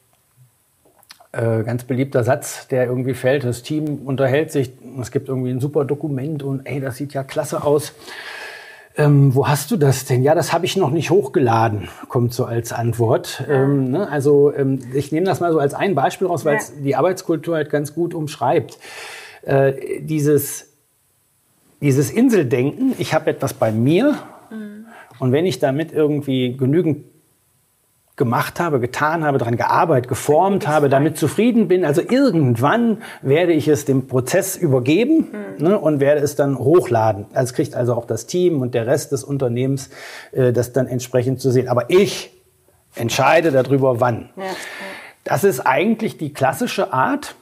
äh, ganz beliebter Satz, der irgendwie fällt. Das Team unterhält sich, es gibt irgendwie ein super Dokument und ey, das sieht ja klasse aus. Ähm, wo hast du das denn? Ja, das habe ich noch nicht hochgeladen, kommt so als Antwort. Ja. Ähm, ne? Also ähm, ich nehme das mal so als ein Beispiel raus, weil es ja. die Arbeitskultur halt ganz gut umschreibt. Äh, dieses, dieses Inseldenken, ich habe etwas bei mir mhm. und wenn ich damit irgendwie genügend gemacht habe, getan habe, daran gearbeitet, geformt habe, damit zufrieden bin. Also irgendwann werde ich es dem Prozess übergeben mhm. ne, und werde es dann hochladen. Also kriegt also auch das Team und der Rest des Unternehmens äh, das dann entsprechend zu sehen. Aber ich entscheide darüber, wann. Ja, ja. Das ist eigentlich die klassische Art.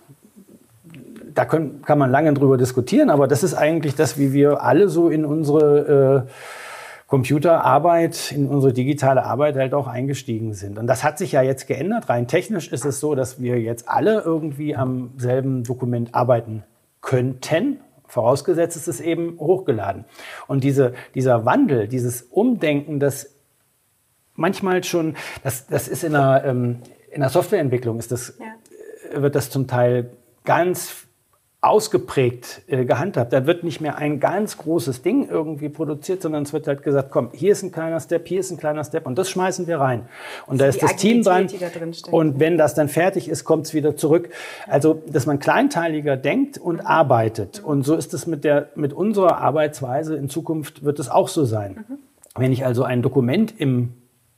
Da können, kann man lange drüber diskutieren, aber das ist eigentlich das, wie wir alle so in unsere äh, Computerarbeit, in unsere digitale Arbeit halt auch eingestiegen sind. Und das hat sich ja jetzt geändert. Rein technisch ist es so, dass wir jetzt alle irgendwie am selben Dokument arbeiten könnten. Vorausgesetzt ist es eben hochgeladen. Und diese, dieser Wandel, dieses Umdenken, das manchmal schon, das, das ist in der, ähm, in der Softwareentwicklung ist das, ja. wird das zum Teil ganz ausgeprägt äh, gehandhabt. Da wird nicht mehr ein ganz großes Ding irgendwie produziert, sondern es wird halt gesagt, komm, hier ist ein kleiner Step, hier ist ein kleiner Step und das schmeißen wir rein. Und da ist das Team dran und wenn das dann fertig ist, kommt es wieder zurück. Also, dass man kleinteiliger denkt und mhm. arbeitet. Und so ist es mit der, mit unserer Arbeitsweise. In Zukunft wird es auch so sein. Mhm. Wenn ich also ein Dokument im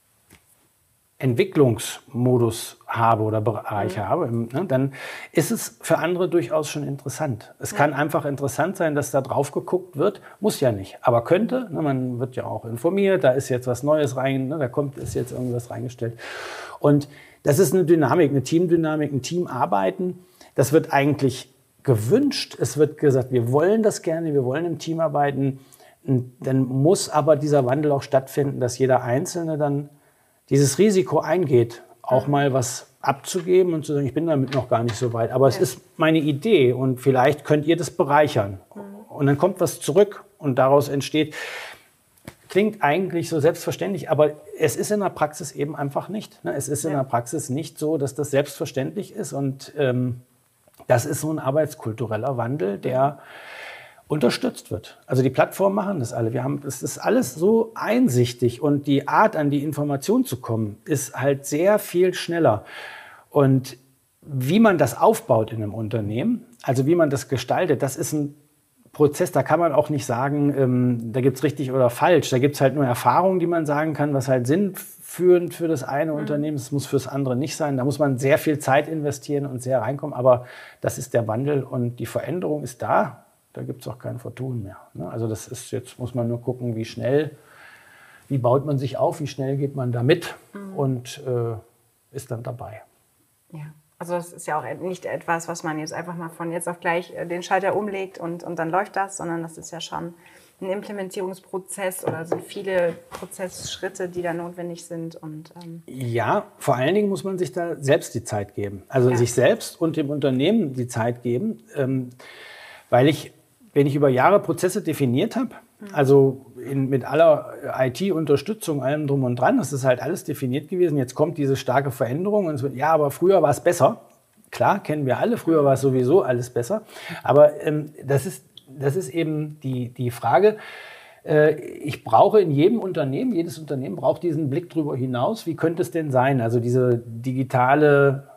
Entwicklungsmodus habe oder Bereich mhm. habe, ne, dann ist es für andere durchaus schon interessant. Es ja. kann einfach interessant sein, dass da drauf geguckt wird, muss ja nicht, aber könnte. Ne, man wird ja auch informiert, da ist jetzt was Neues rein, ne, da kommt, ist jetzt irgendwas reingestellt. Und das ist eine Dynamik, eine Teamdynamik, ein Teamarbeiten. Das wird eigentlich gewünscht. Es wird gesagt, wir wollen das gerne, wir wollen im Team arbeiten. Und dann muss aber dieser Wandel auch stattfinden, dass jeder Einzelne dann dieses Risiko eingeht, auch mal was abzugeben und zu sagen, ich bin damit noch gar nicht so weit. Aber es ja. ist meine Idee und vielleicht könnt ihr das bereichern. Mhm. Und dann kommt was zurück und daraus entsteht, klingt eigentlich so selbstverständlich, aber es ist in der Praxis eben einfach nicht. Es ist in ja. der Praxis nicht so, dass das selbstverständlich ist. Und ähm, das ist so ein arbeitskultureller Wandel, der unterstützt wird. Also die Plattformen machen das alle. Wir haben, es ist alles so einsichtig und die Art, an die Information zu kommen, ist halt sehr viel schneller. Und wie man das aufbaut in einem Unternehmen, also wie man das gestaltet, das ist ein Prozess, da kann man auch nicht sagen, ähm, da gibt's richtig oder falsch. Da gibt's halt nur Erfahrungen, die man sagen kann, was halt sinnführend für das eine mhm. Unternehmen ist, muss fürs andere nicht sein. Da muss man sehr viel Zeit investieren und sehr reinkommen. Aber das ist der Wandel und die Veränderung ist da. Da gibt es auch kein Vertun mehr. Also das ist, jetzt muss man nur gucken, wie schnell, wie baut man sich auf, wie schnell geht man da mit mhm. und äh, ist dann dabei. Ja, also das ist ja auch nicht etwas, was man jetzt einfach mal von jetzt auf gleich den Schalter umlegt und, und dann läuft das, sondern das ist ja schon ein Implementierungsprozess oder sind viele Prozessschritte, die da notwendig sind. Und, ähm ja, vor allen Dingen muss man sich da selbst die Zeit geben. Also ja. sich selbst und dem Unternehmen die Zeit geben, ähm, weil ich wenn ich über Jahre Prozesse definiert habe, also in, mit aller I T-Unterstützung, allem drum und dran, das ist halt alles definiert gewesen. Jetzt kommt diese starke Veränderung und es wird, ja, aber früher war es besser. Klar, kennen wir alle, früher war es sowieso alles besser. Aber ähm, das ist, das ist eben die, die Frage, äh, ich brauche in jedem Unternehmen, jedes Unternehmen braucht diesen Blick drüber hinaus. Wie könnte es denn sein? Also diese digitale,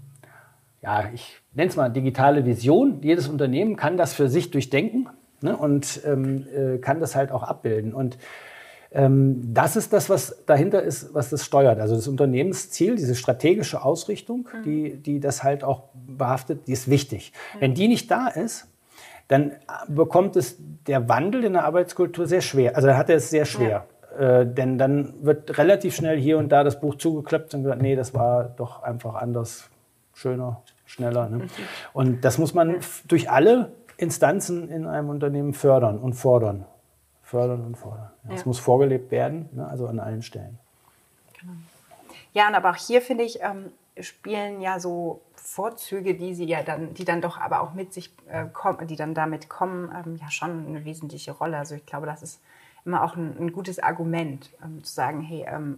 ja, ich nenne es mal digitale Vision. Jedes Unternehmen kann das für sich durchdenken, ne, und ähm, äh, kann das halt auch abbilden. Und Ähm, das ist das, was dahinter ist, was das steuert. Also das Unternehmensziel, diese strategische Ausrichtung, mhm. die, die das halt auch behaftet, die ist wichtig. Mhm. Wenn die nicht da ist, dann bekommt es der Wandel in der Arbeitskultur sehr schwer. Also da hat er es sehr schwer. Ja. Äh, denn dann wird relativ schnell hier und da das Buch zugeklappt und gesagt, nee, das war doch einfach anders, schöner, schneller. Ne? Mhm. Und das muss man durch alle Instanzen in einem Unternehmen fördern und fordern. Fördern und fordern. Es ja. muss vorgelebt werden, ne? Also an allen Stellen. Genau. Ja, und aber auch hier, finde ich, ähm, spielen ja so Vorzüge, die sie ja dann, die dann doch aber auch mit sich äh, kommen, die dann damit kommen, ähm, ja schon eine wesentliche Rolle. Also ich glaube, das ist immer auch ein, ein gutes Argument, ähm, zu sagen, hey, ähm,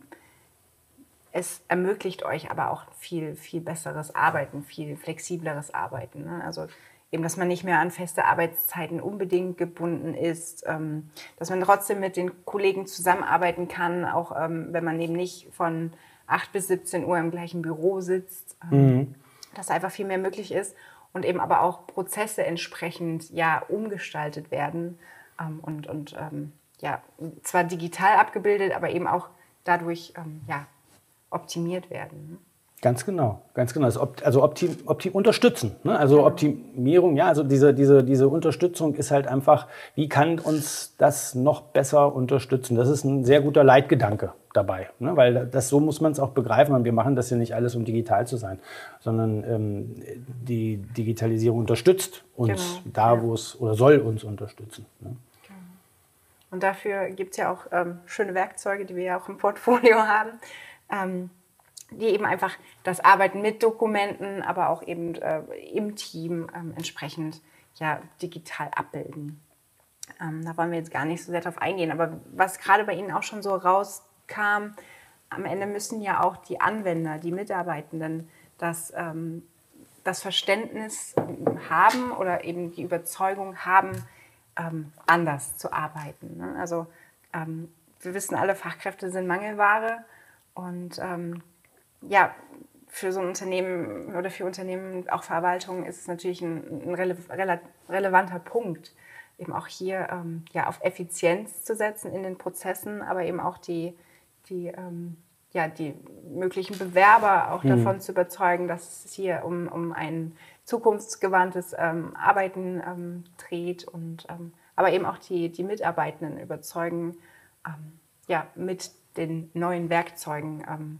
es ermöglicht euch aber auch viel, viel besseres Arbeiten, viel flexibleres Arbeiten. Ne? Also eben, dass man nicht mehr an feste Arbeitszeiten unbedingt gebunden ist, ähm, dass man trotzdem mit den Kollegen zusammenarbeiten kann, auch ähm, wenn man eben nicht von acht bis siebzehn Uhr im gleichen Büro sitzt, ähm, mhm. dass einfach viel mehr möglich ist und eben aber auch Prozesse entsprechend ja umgestaltet werden ähm, und, und ähm, ja, zwar digital abgebildet, aber eben auch dadurch ähm, ja, optimiert werden. Ganz genau, ganz genau. Also optim, optim, unterstützen. Ne? Also Optimierung, ja, also diese, diese, diese Unterstützung ist halt einfach, wie kann uns das noch besser unterstützen? Das ist ein sehr guter Leitgedanke dabei, ne? Weil das, so muss man es auch begreifen. Und wir machen das ja nicht alles, um digital zu sein, sondern ähm, die Digitalisierung unterstützt uns genau. da, wo es, oder soll uns unterstützen. Ne? Genau. Und dafür gibt es ja auch ähm, schöne Werkzeuge, die wir ja auch im Portfolio haben. Ähm, die eben einfach das Arbeiten mit Dokumenten, aber auch eben äh, im Team ähm, entsprechend ja, digital abbilden. Ähm, da wollen wir jetzt gar nicht so sehr drauf eingehen, aber was gerade bei Ihnen auch schon so rauskam, am Ende müssen ja auch die Anwender, die Mitarbeitenden das, ähm, das Verständnis haben oder eben die Überzeugung haben, ähm, anders zu arbeiten. Ne? Also ähm, wir wissen alle, Fachkräfte sind Mangelware und ähm, ja, für so ein Unternehmen oder für Unternehmen, auch Verwaltungen, ist es natürlich ein, ein rele- rele- relevanter Punkt, eben auch hier ähm, ja, auf Effizienz zu setzen in den Prozessen, aber eben auch die, die, ähm, ja, die möglichen Bewerber auch mhm. davon zu überzeugen, dass es hier um, um ein zukunftsgewandtes ähm, Arbeiten ähm, dreht und ähm, aber eben auch die, die Mitarbeitenden überzeugen, ähm, ja, mit den neuen Werkzeugen ähm,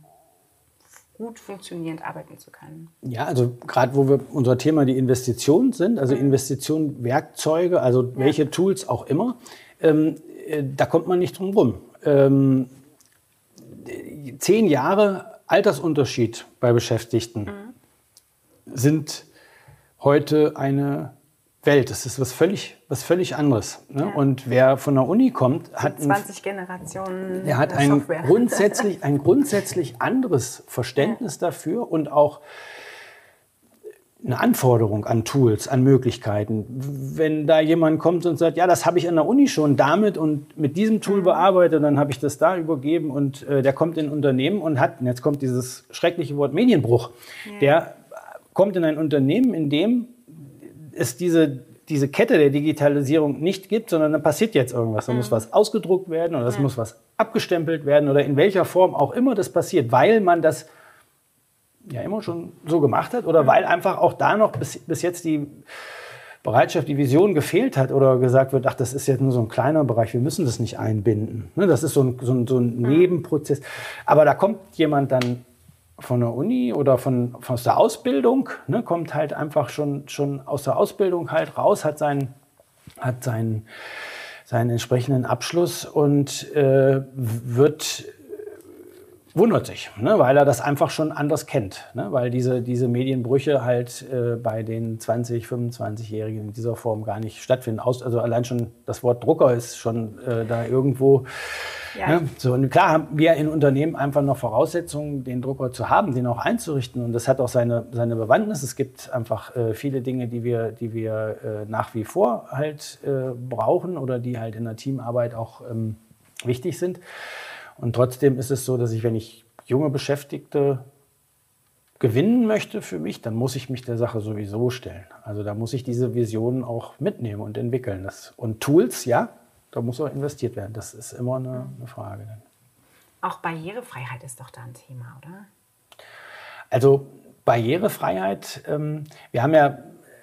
gut funktionierend arbeiten zu können. Ja, also gerade wo wir unser Thema die Investitionen sind, also mhm. Investitionen, Werkzeuge, also ja. welche Tools auch immer, ähm, äh, da kommt man nicht drum rum. Ähm, zehn Jahre Altersunterschied bei Beschäftigten mhm. sind heute eine Welt. Das ist was völlig, was völlig anderes. Ne? Ja. Und wer von der Uni kommt, hat zwanzig Generationen er hat ein grundsätzlich, ein grundsätzlich anderes Verständnis ja. dafür und auch eine Anforderung an Tools, an Möglichkeiten. Wenn da jemand kommt und sagt, ja, das habe ich an der Uni schon damit und mit diesem Tool mhm. bearbeitet, dann habe ich das da übergeben und äh, der kommt in ein Unternehmen und hat, und jetzt kommt dieses schreckliche Wort Medienbruch, ja. der kommt in ein Unternehmen, in dem es diese, diese Kette der Digitalisierung nicht gibt, sondern da passiert jetzt irgendwas. Da mhm. muss was ausgedruckt werden oder es mhm. muss was abgestempelt werden oder in welcher Form auch immer das passiert, weil man das ja immer schon so gemacht hat oder mhm. weil einfach auch da noch bis, bis jetzt die Bereitschaft, die Vision gefehlt hat oder gesagt wird, ach, das ist jetzt nur so ein kleiner Bereich, wir müssen das nicht einbinden. Ne, das ist so ein, so ein, so ein mhm. Nebenprozess. Aber da kommt jemand dann von der Uni oder von, von aus der Ausbildung, ne, kommt halt einfach schon, schon aus der Ausbildung halt raus, hat seinen, hat seinen, seinen entsprechenden Abschluss und äh, wird, wundert sich, ne, weil er das einfach schon anders kennt, ne, weil diese, diese Medienbrüche halt äh, bei den zwanzig-, fünfundzwanzigjährigen in dieser Form gar nicht stattfinden. Aus, also allein schon das Wort Drucker ist schon äh, da irgendwo. Ja. Ne? So, und klar haben wir in Unternehmen einfach noch Voraussetzungen, den Drucker zu haben, den auch einzurichten. Und das hat auch seine, seine Bewandtnis. Es gibt einfach äh, viele Dinge, die wir, die wir äh, nach wie vor halt äh, brauchen oder die halt in der Teamarbeit auch ähm, wichtig sind. Und trotzdem ist es so, dass ich, wenn ich junge Beschäftigte gewinnen möchte für mich, dann muss ich mich der Sache sowieso stellen. Also da muss ich diese Visionen auch mitnehmen und entwickeln. Das, und Tools, ja, da muss auch investiert werden. Das ist immer eine, eine Frage. Auch Barrierefreiheit ist doch da ein Thema, oder? Also Barrierefreiheit, ähm, wir haben ja,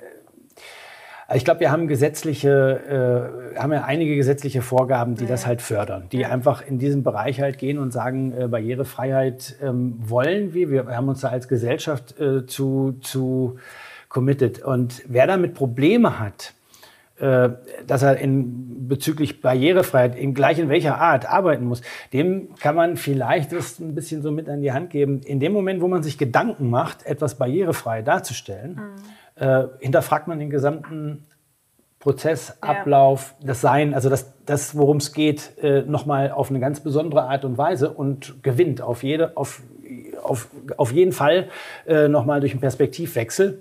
äh, ich glaube, wir haben gesetzliche, äh, haben ja einige gesetzliche Vorgaben, die ja. das halt fördern, die ja. einfach in diesem Bereich halt gehen und sagen, äh, Barrierefreiheit ähm, wollen wir. Wir haben uns da als Gesellschaft äh, zu, zu committed. Und wer damit Probleme hat, dass er in, bezüglich Barrierefreiheit in gleich in welcher Art arbeiten muss, dem kann man vielleicht das ein bisschen so mit an die Hand geben. In dem Moment, wo man sich Gedanken macht, etwas barrierefrei darzustellen, mhm. äh, hinterfragt man den gesamten Prozess, ja. Ablauf, das Sein, also das, das worum es geht, äh, nochmal auf eine ganz besondere Art und Weise und gewinnt auf, jede, auf, auf, auf jeden Fall äh, nochmal durch einen Perspektivwechsel.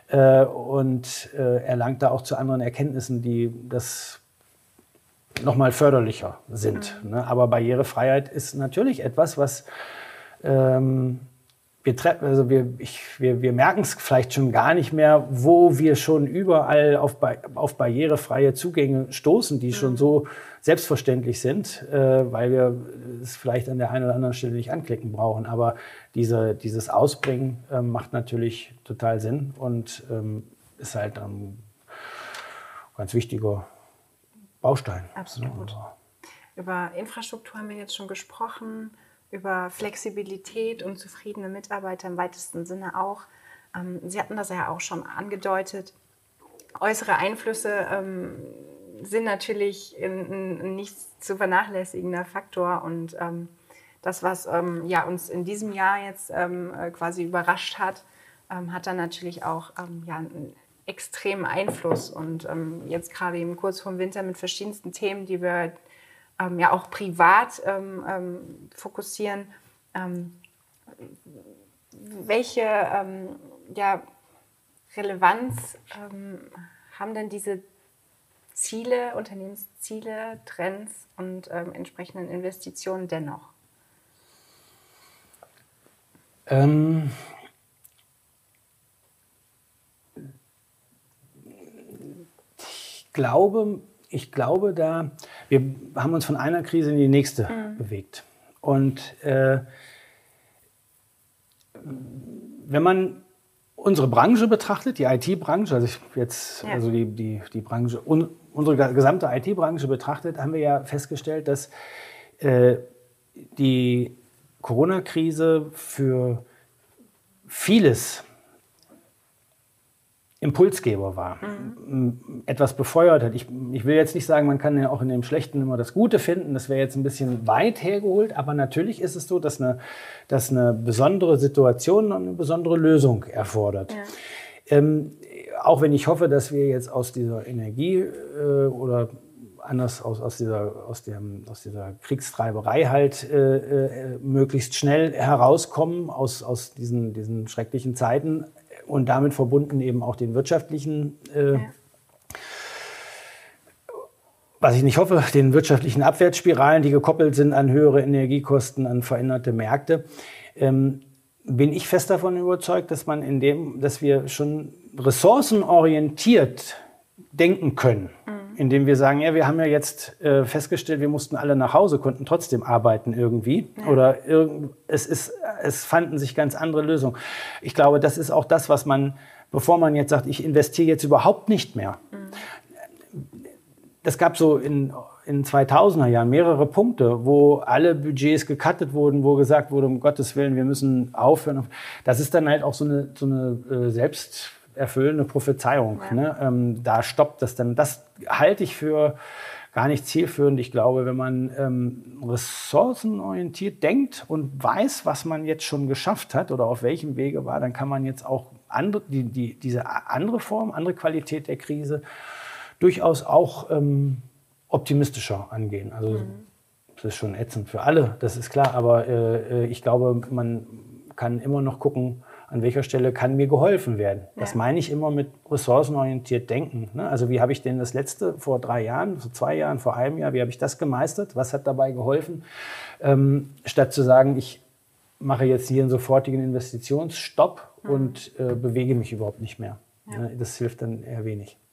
Und äh, erlangt da auch zu anderen Erkenntnissen, die das nochmal förderlicher sind. Mhm. Ne? Aber Barrierefreiheit ist natürlich etwas, was ähm, wir, also wir, ich, wir, wir merken es vielleicht schon gar nicht mehr, wo wir schon überall auf, auf barrierefreie Zugänge stoßen, die mhm. schon so selbstverständlich sind, äh, weil wir es vielleicht an der einen oder anderen Stelle nicht anklicken brauchen. Aber diese, dieses Ausbringen äh, macht natürlich total Sinn und ähm, ist halt ein ganz wichtiger Baustein. Absolut. Ja. Über Infrastruktur haben wir jetzt schon gesprochen, über Flexibilität und zufriedene Mitarbeiter im weitesten Sinne auch. Ähm, Sie hatten das ja auch schon angedeutet. Äußere Einflüsse ähm, sind natürlich ein, ein nicht zu vernachlässigender Faktor und ähm, das, was ähm, ja, uns in diesem Jahr jetzt ähm, quasi überrascht hat, ähm, hat dann natürlich auch ähm, ja, einen extremen Einfluss und ähm, jetzt gerade eben kurz vorm Winter mit verschiedensten Themen, die wir ähm, ja auch privat ähm, ähm, fokussieren. Ähm, welche ähm, ja, Relevanz ähm, haben denn diese Ziele, Unternehmensziele, Trends und ähm, entsprechenden Investitionen dennoch? Ähm, ich glaube, ich glaube, da wir haben uns von einer Krise in die nächste mhm. bewegt. Und äh, wenn man unsere Branche betrachtet, die I T-Branche, also jetzt ja. also die, die, die Branche, un, unsere gesamte I T-Branche betrachtet, haben wir ja festgestellt, dass äh, die Corona-Krise für vieles Impulsgeber war, mhm. etwas befeuert hat. Ich, ich will jetzt nicht sagen, man kann ja auch in dem Schlechten immer das Gute finden, das wäre jetzt ein bisschen weit hergeholt, aber natürlich ist es so, dass eine, dass eine besondere Situation eine besondere Lösung erfordert. Ja. Ähm, auch wenn ich hoffe, dass wir jetzt aus dieser Energie äh, oder anders aus, aus, dieser, aus, dem, aus dieser Kriegstreiberei halt äh, äh, möglichst schnell herauskommen aus, aus diesen, diesen schrecklichen Zeiten und damit verbunden eben auch den wirtschaftlichen, äh, ja. was ich nicht hoffe, den wirtschaftlichen Abwärtsspiralen, die gekoppelt sind an höhere Energiekosten, an veränderte Märkte. Ähm, bin ich fest davon überzeugt, dass man in dem, dass wir schon ressourcenorientiert denken können. Mhm. Indem wir sagen, ja, wir haben ja jetzt äh, festgestellt, wir mussten alle nach Hause, konnten trotzdem arbeiten irgendwie. Ja. Oder irgend, es, ist, es fanden sich ganz andere Lösungen. Ich glaube, das ist auch das, was man, bevor man jetzt sagt, ich investiere jetzt überhaupt nicht mehr. Mhm. Das gab so in, in zweitausender Jahren mehrere Punkte, wo alle Budgets gecuttet wurden, wo gesagt wurde, um Gottes Willen, wir müssen aufhören. Das ist dann halt auch so eine, so eine äh, selbst erfüllende Prophezeiung. Ja. Ne? Ähm, da stoppt das dann. Das halte ich für gar nicht zielführend. Ich glaube, wenn man ähm, ressourcenorientiert denkt und weiß, was man jetzt schon geschafft hat oder auf welchem Wege war, dann kann man jetzt auch andere, die, die, diese andere Form, andere Qualität der Krise durchaus auch ähm, optimistischer angehen. Also mhm. das ist schon ätzend für alle, das ist klar. Aber äh, ich glaube, man kann immer noch gucken, an welcher Stelle kann mir geholfen werden. Ja. Das meine ich immer mit ressourcenorientiert denken. Ne? Also wie habe ich denn das letzte vor drei Jahren, vor zwei Jahren, vor einem Jahr, wie habe ich das gemeistert? Was hat dabei geholfen? Ähm, statt zu sagen, ich mache jetzt hier einen sofortigen Investitionsstopp mhm. und äh, bewege mich überhaupt nicht mehr. Ja. Ne? Das hilft dann eher wenig.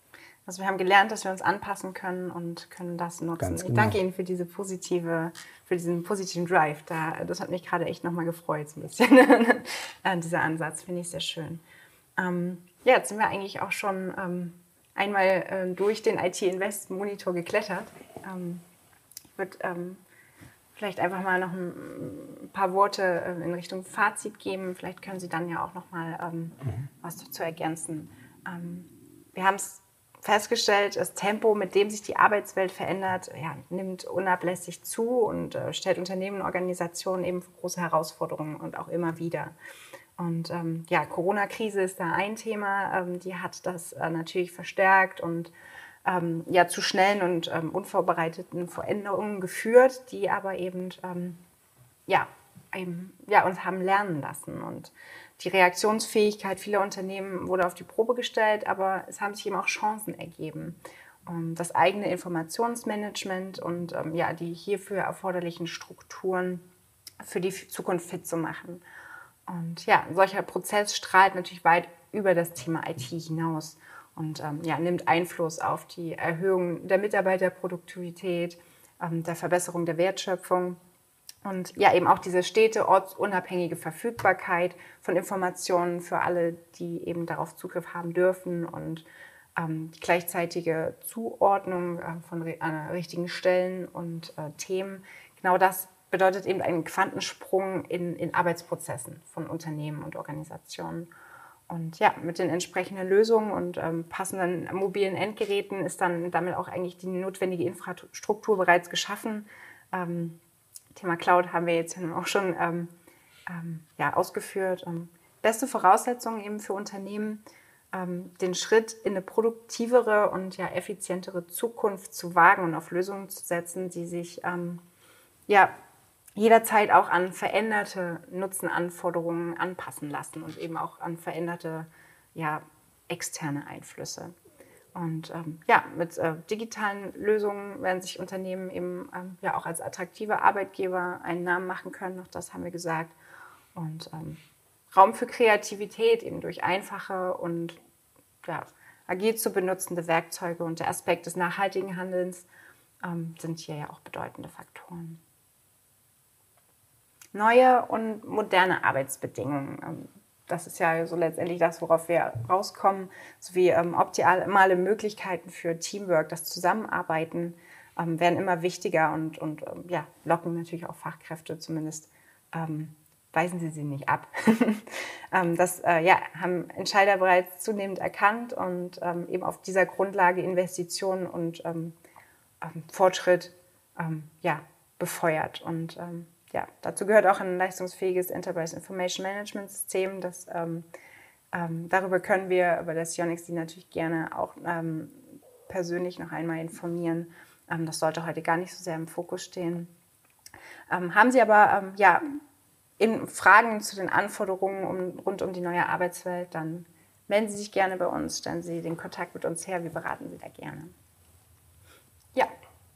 Also wir haben gelernt, dass wir uns anpassen können und können das nutzen. Ganz genau. Ich danke Ihnen für diese positive, für diesen positiven Drive. Da, das hat mich gerade echt nochmal gefreut, so ein bisschen. Dieser Ansatz finde ich sehr schön. Ähm, ja, jetzt sind wir eigentlich auch schon ähm, einmal äh, durch den I T Invest Monitor geklettert. Ähm, ich würde ähm, vielleicht einfach mal noch ein, ein paar Worte äh, in Richtung Fazit geben. Vielleicht können Sie dann ja auch noch mal ähm, mhm. was dazu ergänzen. Ähm, wir haben es festgestellt, das Tempo, mit dem sich die Arbeitswelt verändert, ja, nimmt unablässig zu und äh, stellt Unternehmen und Organisationen eben vor große Herausforderungen und auch immer wieder. Und ähm, ja, Corona-Krise ist da ein Thema, ähm, die hat das äh, natürlich verstärkt und ähm, ja, zu schnellen und ähm, unvorbereiteten Veränderungen geführt, die aber eben, ähm, ja, eben ja, uns haben lernen lassen. Und die Reaktionsfähigkeit vieler Unternehmen wurde auf die Probe gestellt, aber es haben sich eben auch Chancen ergeben. Um das eigene Informationsmanagement und ähm, ja, die hierfür erforderlichen Strukturen für die Zukunft fit zu machen. Und ja, ein solcher Prozess strahlt natürlich weit über das Thema I T hinaus und ähm, ja, nimmt Einfluss auf die Erhöhung der Mitarbeiterproduktivität, ähm, der Verbesserung der Wertschöpfung. Und ja, eben auch diese stete, ortsunabhängige Verfügbarkeit von Informationen für alle, die eben darauf Zugriff haben dürfen und ähm, die gleichzeitige Zuordnung äh, von äh, richtigen Stellen und äh, Themen. Genau das bedeutet eben einen Quantensprung in, in Arbeitsprozessen von Unternehmen und Organisationen. Und ja, mit den entsprechenden Lösungen und ähm, passenden mobilen Endgeräten ist dann damit auch eigentlich die notwendige Infrastruktur bereits geschaffen. Ähm, Thema Cloud haben wir jetzt auch schon ähm, ähm, ja, ausgeführt. Ähm, beste Voraussetzungen eben für Unternehmen, ähm, den Schritt in eine produktivere und ja, effizientere Zukunft zu wagen und auf Lösungen zu setzen, die sich ähm, ja, jederzeit auch an veränderte Nutzenanforderungen anpassen lassen und eben auch an veränderte ja, externe Einflüsse. Und ähm, ja, mit äh, digitalen Lösungen werden sich Unternehmen eben ähm, ja auch als attraktive Arbeitgeber einen Namen machen können, auch das haben wir gesagt. Und ähm, Raum für Kreativität eben durch einfache und ja, agil zu benutzende Werkzeuge und der Aspekt des nachhaltigen Handelns ähm, sind hier ja auch bedeutende Faktoren. Neue und moderne Arbeitsbedingungen. Ähm, Das ist ja so letztendlich das, worauf wir rauskommen, sowie ähm, optimale Möglichkeiten für Teamwork, das Zusammenarbeiten ähm, werden immer wichtiger und, und ähm, ja, locken natürlich auch Fachkräfte, zumindest ähm, weisen sie sie nicht ab. ähm, das äh, ja, haben Entscheider bereits zunehmend erkannt und ähm, eben auf dieser Grundlage Investitionen und ähm, ähm, Fortschritt ähm, ja, befeuert. Und ähm, Ja, dazu gehört auch ein leistungsfähiges Enterprise Information Management System. Das, ähm, ähm, darüber können wir, über das Sionix Sie natürlich gerne auch ähm, persönlich noch einmal informieren. Ähm, das sollte heute gar nicht so sehr im Fokus stehen. Ähm, haben Sie aber ähm, ja, in Fragen zu den Anforderungen um, rund um die neue Arbeitswelt, dann melden Sie sich gerne bei uns, stellen Sie den Kontakt mit uns her, wir beraten Sie da gerne. Ja,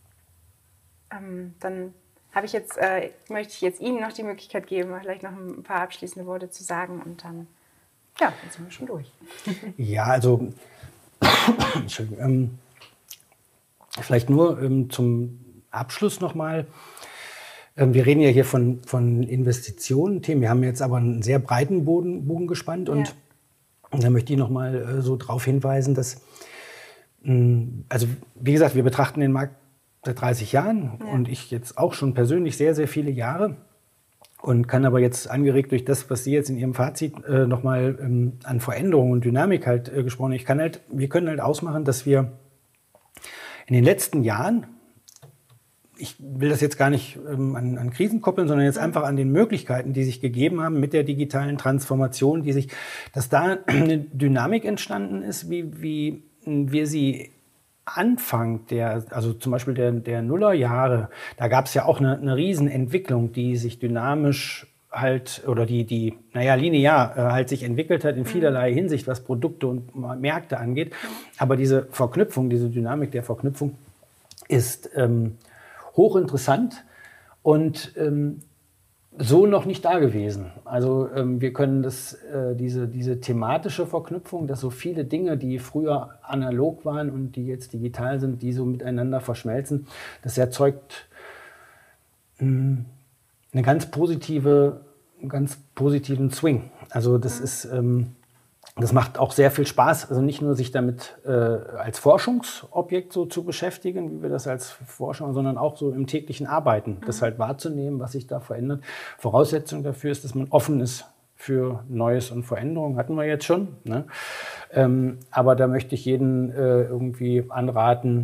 ähm, dann Habe ich jetzt, äh, möchte ich jetzt Ihnen noch die Möglichkeit geben, vielleicht noch ein paar abschließende Worte zu sagen und dann, ja, dann sind wir schon durch. Ja, also, Entschuldigung, ähm, vielleicht nur ähm, zum Abschluss nochmal. Ähm, wir reden ja hier von, von Investitionen, Themen. Wir haben jetzt aber einen sehr breiten Boden, Bogen gespannt und, ja. und da möchte ich nochmal äh, so darauf hinweisen, dass, mh, also wie gesagt, wir betrachten den Markt seit dreißig Jahren ja. und ich jetzt auch schon persönlich sehr, sehr viele Jahre und kann aber jetzt angeregt durch das, was Sie jetzt in Ihrem Fazit äh, nochmal ähm, an Veränderungen und Dynamik halt äh, gesprochen haben. Ich kann halt, wir können halt ausmachen, dass wir in den letzten Jahren, ich will das jetzt gar nicht ähm, an, an Krisen koppeln, sondern jetzt einfach an den Möglichkeiten, die sich gegeben haben mit der digitalen Transformation, die sich, dass da eine Dynamik entstanden ist, wie, wie wir sie Anfang der, also zum Beispiel der, der Nullerjahre, da gab es ja auch eine, eine Riesenentwicklung, die sich dynamisch halt, oder die, die naja, linear äh, halt sich entwickelt hat in vielerlei Hinsicht, was Produkte und Märkte angeht. Aber diese Verknüpfung, diese Dynamik der Verknüpfung ist ähm, hochinteressant und ähm, so noch nicht da gewesen. Also ähm, wir können das, äh, diese, diese thematische Verknüpfung, dass so viele Dinge, die früher analog waren und die jetzt digital sind, die so miteinander verschmelzen, das erzeugt mh, eine ganz positive, einen ganz positiven Swing. Also das mhm. ist... Ähm, Das macht auch sehr viel Spaß, also nicht nur sich damit äh, als Forschungsobjekt so zu beschäftigen, wie wir das als Forscher, sondern auch so im täglichen Arbeiten, mhm. das halt wahrzunehmen, was sich da verändert. Voraussetzung dafür ist, dass man offen ist für Neues und Veränderungen, hatten wir jetzt schon. Ne? Ähm, aber da möchte ich jeden äh, irgendwie anraten,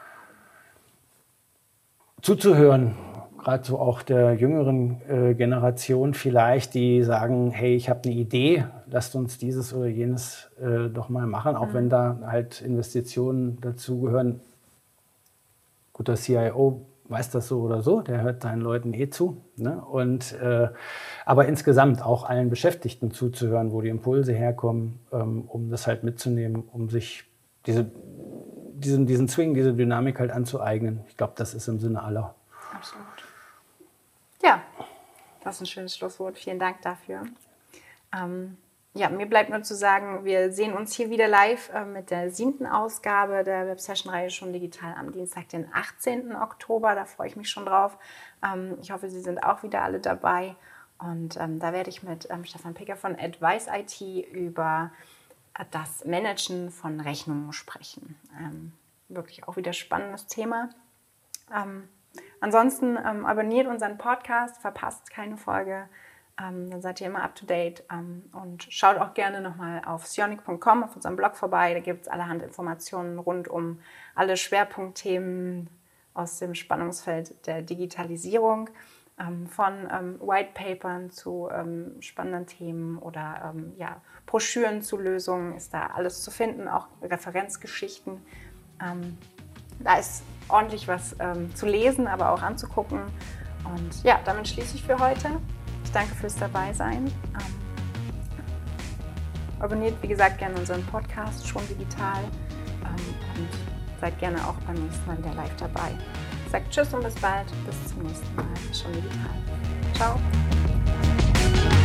zuzuhören. Gerade so auch der jüngeren äh, Generation vielleicht, die sagen, hey, ich habe eine Idee, lasst uns dieses oder jenes äh, doch mal machen, auch mhm. wenn da halt Investitionen dazugehören. Gut, der C I O weiß das so oder so, der hört seinen Leuten eh zu. Ne? Und, äh, aber insgesamt auch allen Beschäftigten zuzuhören, wo die Impulse herkommen, ähm, um das halt mitzunehmen, um sich diese, diesen, diesen Swing, diese Dynamik halt anzueignen. Ich glaube, das ist im Sinne aller. Absolut. Ja, das ist ein schönes Schlusswort. Vielen Dank dafür. Ähm, ja, mir bleibt nur zu sagen, wir sehen uns hier wieder live äh, mit der siebten Ausgabe der Websession-Reihe schon digital am Dienstag, den achtzehnten Oktober. Da freue ich mich schon drauf. Ähm, ich hoffe, Sie sind auch wieder alle dabei. Und ähm, da werde ich mit ähm, Stefan Picker von Advice I T über äh, das Managen von Rechnungen sprechen. Ähm, wirklich auch wieder spannendes Thema. Ähm, Ansonsten ähm, abonniert unseren Podcast, verpasst keine Folge, ähm, dann seid ihr immer up to date ähm, und schaut auch gerne nochmal auf sionic punkt com, auf unserem Blog vorbei. Da gibt es allerhand Informationen rund um alle Schwerpunktthemen aus dem Spannungsfeld der Digitalisierung, ähm, von ähm, Whitepapern zu ähm, spannenden Themen oder ähm, ja, Broschüren zu Lösungen ist da alles zu finden, auch Referenzgeschichten. Ähm, Da ist ordentlich was ähm, zu lesen, aber auch anzugucken. Und ja, damit schließe ich für heute. Ich danke fürs Dabeisein. Ähm, abonniert, wie gesagt, gerne unseren Podcast, schon digital. Ähm, und seid gerne auch beim nächsten Mal wieder live dabei. Ich sage Tschüss und bis bald. Bis zum nächsten Mal, schon digital. Ciao.